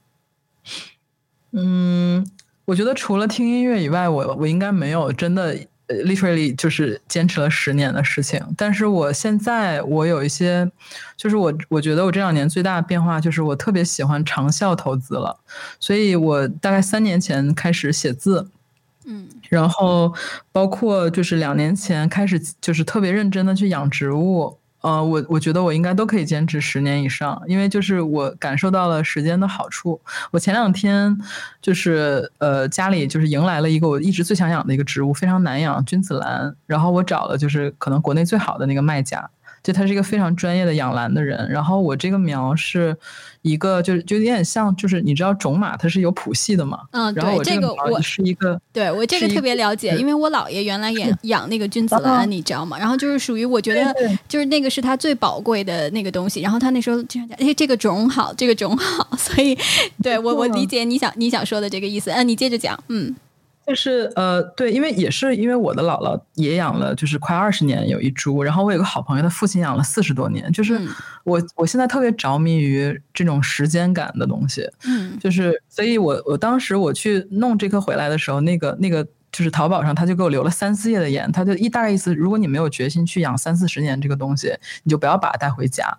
嗯，我觉得除了听音乐以外，我我应该没有真的literally 就是坚持了十年的事情。但是我现在我有一些就是我我觉得我这两年最大的变化就是我特别喜欢长效投资了，所以我大概三年前开始写字， 嗯， 然后包括就是两年前开始就是特别认真的去养植物。呃，我我觉得我应该都可以坚持十年以上，因为就是我感受到了时间的好处。我前两天就是呃家里就是迎来了一个我一直最想养的一个植物，非常难养，君子兰。然后我找了就是可能国内最好的那个卖家，就他是一个非常专业的养兰的人。然后我这个苗是一个就是就有点像就是你知道种马它是有谱系的嘛？ 嗯， 然后我这个我是一个对我这个特别了解，因为我姥爷原来也养那个君子兰，你知道吗？然后就是属于我觉得就是那个是他最宝贵的那个东西。然后他那时候这样讲，哎，这个种好，这个种好，所以对我我理解你想你想说的这个意思。嗯，你接着讲，嗯。 就是呃，对，因为也是因为我的姥姥也养了，就是快二十年有一株，然后我有个好朋友，他父亲养了四十多年，就是我、嗯、我现在特别着迷于这种时间感的东西， 嗯， 就是所以我我当时我去弄这颗回来的时候，那个那个就是淘宝上他就给我留了三四页的言，他就一大概意思，如果你没有决心去养三四十年这个东西，你就不要把它带回家。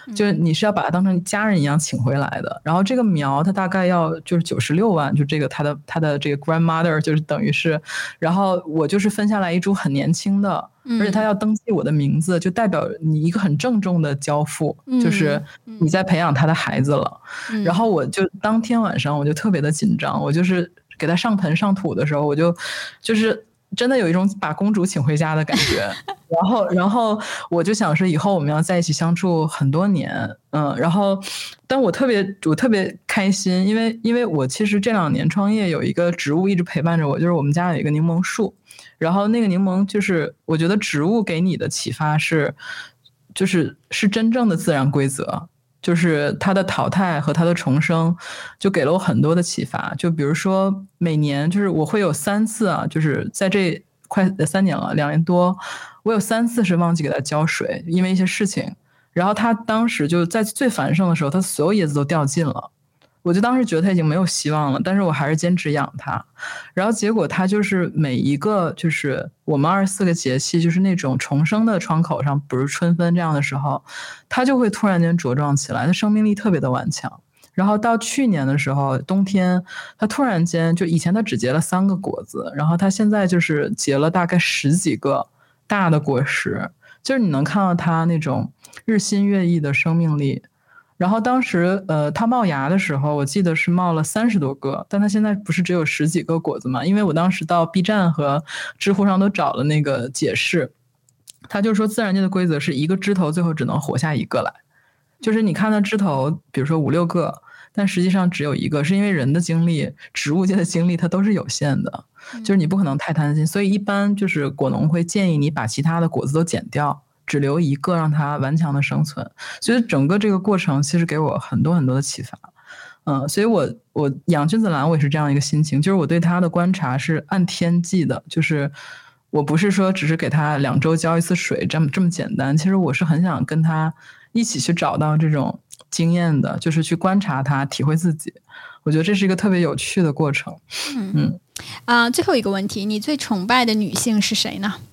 就是你是要把它当成家人一样请回来的。然后这个苗它大概要就是九十六万，就这个它的它的这个 grandmother 就是等于是，然后我就是分下来一株很年轻的，而且它要登记我的名字，就代表你一个很郑重的交付，就是你在培养他的孩子了。然后我就当天晚上我就特别的紧张，我就是给他上盆上土的时候，我就就是真的有一种把公主请回家的感觉。然后然后我就想说以后我们要在一起相处很多年，嗯，然后但我特别我特别开心，因为因为我其实这两年创业有一个植物一直陪伴着我，就是我们家有一个柠檬树，然后那个柠檬就是我觉得植物给你的启发是就是是真正的自然规则，就是它的淘汰和它的重生就给了我很多的启发。就比如说每年就是我会有三次啊，就是在这快三年了两年多，我有三次是忘记给它浇水，因为一些事情，然后它当时就在最繁盛的时候它所有叶子都掉尽了，我就当时觉得它已经没有希望了，但是我还是坚持养它。然后结果它就是每一个就是我们二十四个节气就是那种重生的窗口上，比如春分这样的时候，它就会突然间茁壮起来，它生命力特别的顽强。然后到去年的时候冬天，它突然间就以前它只结了三个果子，然后它现在就是结了大概十几个大的果实，就是你能看到它那种日新月异的生命力。然后当时呃它冒芽的时候我记得是冒了三十多个，但它现在不是只有十几个果子嘛，因为我当时到 B 站和知乎上都找了那个解释，他就说自然界的规则是一个枝头最后只能活下一个来，就是你看到枝头比如说五六个，但实际上只有一个，是因为人的精力植物界的精力它都是有限的，就是你不可能太贪心，所以一般就是果农会建议你把其他的果子都剪掉，只留一个让它顽强的生存。所以整个这个过程其实给我很多很多的启发。嗯，所以我我养君子兰我也是这样一个心情，就是我对它的观察是按天计的，就是我不是说只是给它两周浇一次水这么这么简单，其实我是很想跟它一起去找到这种经验的，就是去观察它，体会自己。我觉得这是一个特别有趣的过程。 嗯嗯啊、呃，最后一个问题，你最崇拜的女性是谁呢？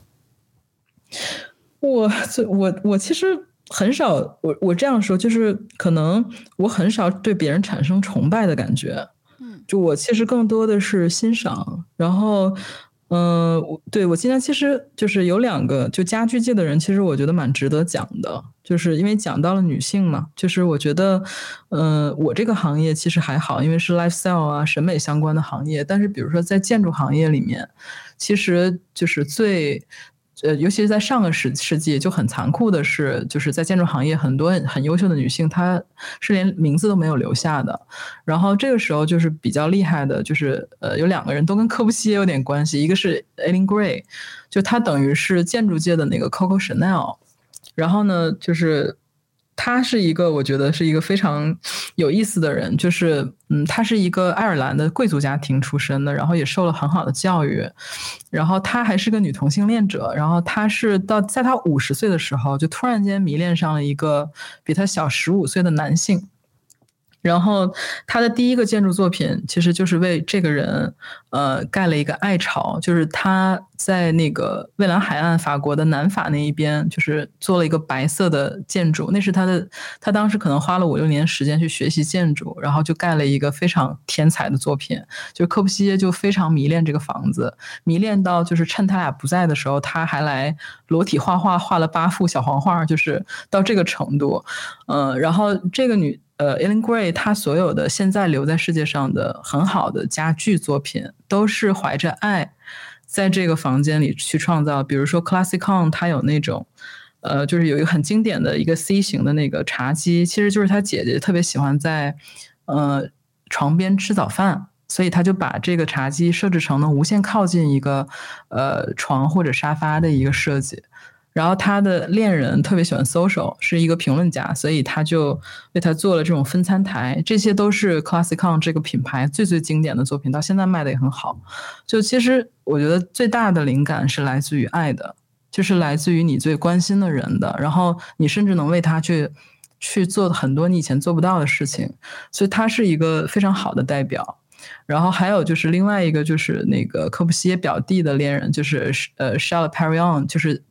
我我我其实很少，我我这样说就是可能我很少对别人产生崇拜的感觉。嗯，就我其实更多的是欣赏，然后。嗯、呃，对，我今天其实就是有两个就家具界的人，其实我觉得蛮值得讲的，就是因为讲到了女性嘛，就是我觉得，嗯、呃，我这个行业其实还好，因为是 lifestyle 啊审美相关的行业，但是比如说在建筑行业里面，其实就是最。呃，尤其是在上个世世纪就很残酷的是，就是在建筑行业很多很优秀的女性，她是连名字都没有留下的。然后这个时候就是比较厉害的，就是呃有两个人都跟柯布西耶有点关系，一个是 Ellen Gray， 就她等于是建筑界的那个 Coco Chanel， 然后呢就是他是一个我觉得是一个非常有意思的人，就是嗯，他是一个爱尔兰的贵族家庭出身的，然后也受了很好的教育，然后他还是个女同性恋者，然后他是到在他五十岁的时候就突然间迷恋上了一个比他小十五岁的男性。然后他的第一个建筑作品其实就是为这个人呃盖了一个爱巢，就是他在那个蔚蓝海岸法国的南法那一边就是做了一个白色的建筑，那是他的他当时可能花了五六年时间去学习建筑，然后就盖了一个非常天才的作品，就是柯布西耶就非常迷恋这个房子，迷恋到就是趁他俩不在的时候他还来裸体画画，画了八幅小黄画，就是到这个程度。嗯、呃，然后这个女呃 Ellen Gray 她所有的现在留在世界上的很好的家具作品都是怀着爱在这个房间里去创造，比如说 Classicon 它有那种呃，就是有一个很经典的一个 C 型的那个茶几，其实就是他姐姐特别喜欢在呃床边吃早饭，所以他就把这个茶几设置成能无限靠近一个呃床或者沙发的一个设计。然后他的恋人特别喜欢 social， 是一个评论家，所以他就为他做了这种分餐台，这些都是 Classicon 这个品牌最最经典的作品，到现在卖的也很好。就其实我觉得最大的灵感是来自于爱的，就是来自于你最关心的人的，然后你甚至能为他去去做很多你以前做不到的事情，所以他是一个非常好的代表。然后还有就是另外一个就是那个柯布西耶表弟的恋人，就是呃 Charles Perriand， 就是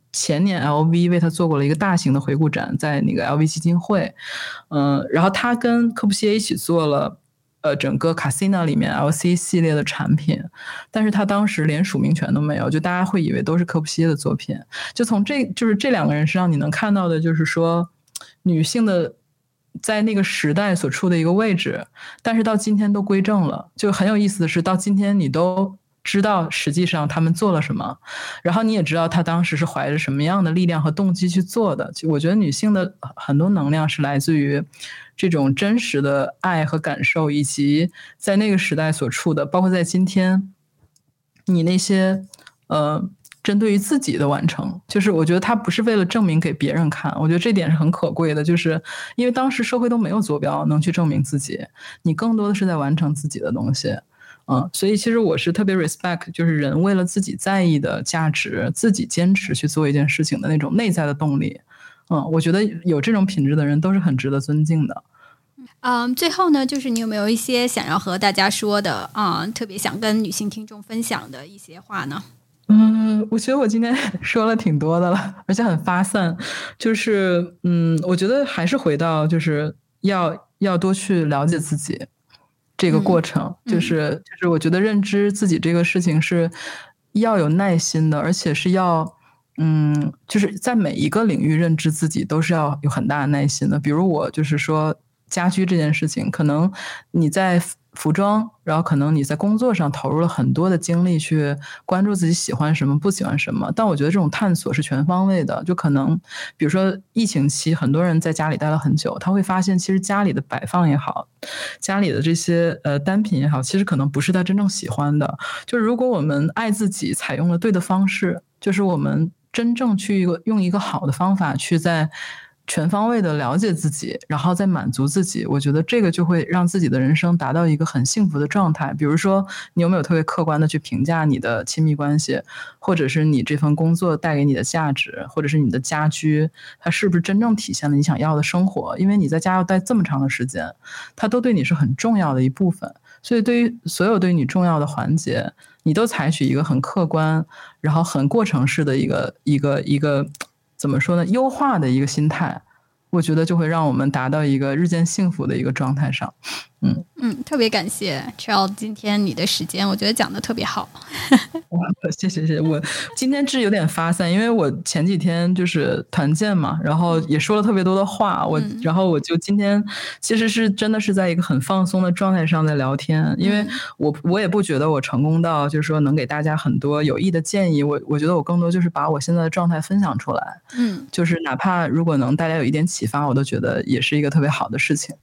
前年 L V 为他做过了一个大型的回顾展，在那个 L V 基金会，嗯、呃，然后他跟科布西耶一起做了呃整个 Cassina 里面 L C 系列的产品，但是他当时连署名权都没有，就大家会以为都是科布西耶的作品。就从这就是这两个人身上你能看到的，就是说女性的在那个时代所处的一个位置，但是到今天都归正了。就很有意思的是，到今天你都知道实际上他们做了什么，然后你也知道他当时是怀着什么样的力量和动机去做的。就我觉得女性的很多能量是来自于这种真实的爱和感受，以及在那个时代所处的，包括在今天你那些呃针对于自己的完成。就是我觉得他不是为了证明给别人看，我觉得这点是很可贵的，就是因为当时社会都没有坐标能去证明自己，你更多的是在完成自己的东西。嗯，所以其实我是特别 respect 就是人为了自己在意的价值自己坚持去做一件事情的那种内在的动力。嗯，我觉得有这种品质的人都是很值得尊敬的。 嗯，最后呢，就是你有没有一些想要和大家说的啊、嗯，特别想跟女性听众分享的一些话呢？ 嗯，我觉得我今天说了挺多的了，而且很发散。就是嗯，我觉得还是回到就是要要多去了解自己这个过程， 嗯、 就是就是我觉得认知自己这个事情是要有耐心的，而且是要嗯，就是在每一个领域认知自己都是要有很大的耐心的。比如我就是说家居这件事情，可能你在服装，然后可能你在工作上投入了很多的精力去关注自己喜欢什么不喜欢什么，但我觉得这种探索是全方位的。就可能比如说疫情期很多人在家里待了很久，他会发现其实家里的摆放也好，家里的这些呃单品也好，其实可能不是他真正喜欢的。就是如果我们爱自己采用了对的方式，就是我们真正去用一个好的方法去在全方位的了解自己，然后再满足自己，我觉得这个就会让自己的人生达到一个很幸福的状态。比如说你有没有特别客观的去评价你的亲密关系，或者是你这份工作带给你的价值，或者是你的家居它是不是真正体现了你想要的生活。因为你在家要待这么长的时间，它都对你是很重要的一部分，所以对于所有对你重要的环节，你都采取一个很客观然后很过程式的一个一个一个怎么说呢，优化的一个心态，我觉得就会让我们达到一个日渐幸福的一个状态上。嗯嗯，特别感谢 Cheryl 今天你的时间，我觉得讲的特别好。 谢谢谢谢，我今天是有点发散，因为我前几天就是团建嘛，然后也说了特别多的话，我、嗯、然后我就今天其实是真的是在一个很放松的状态上在聊天，因为我我也不觉得我成功到就是说能给大家很多有益的建议，我我觉得我更多就是把我现在的状态分享出来，嗯，就是哪怕如果能大家有一点启发，我都觉得也是一个特别好的事情。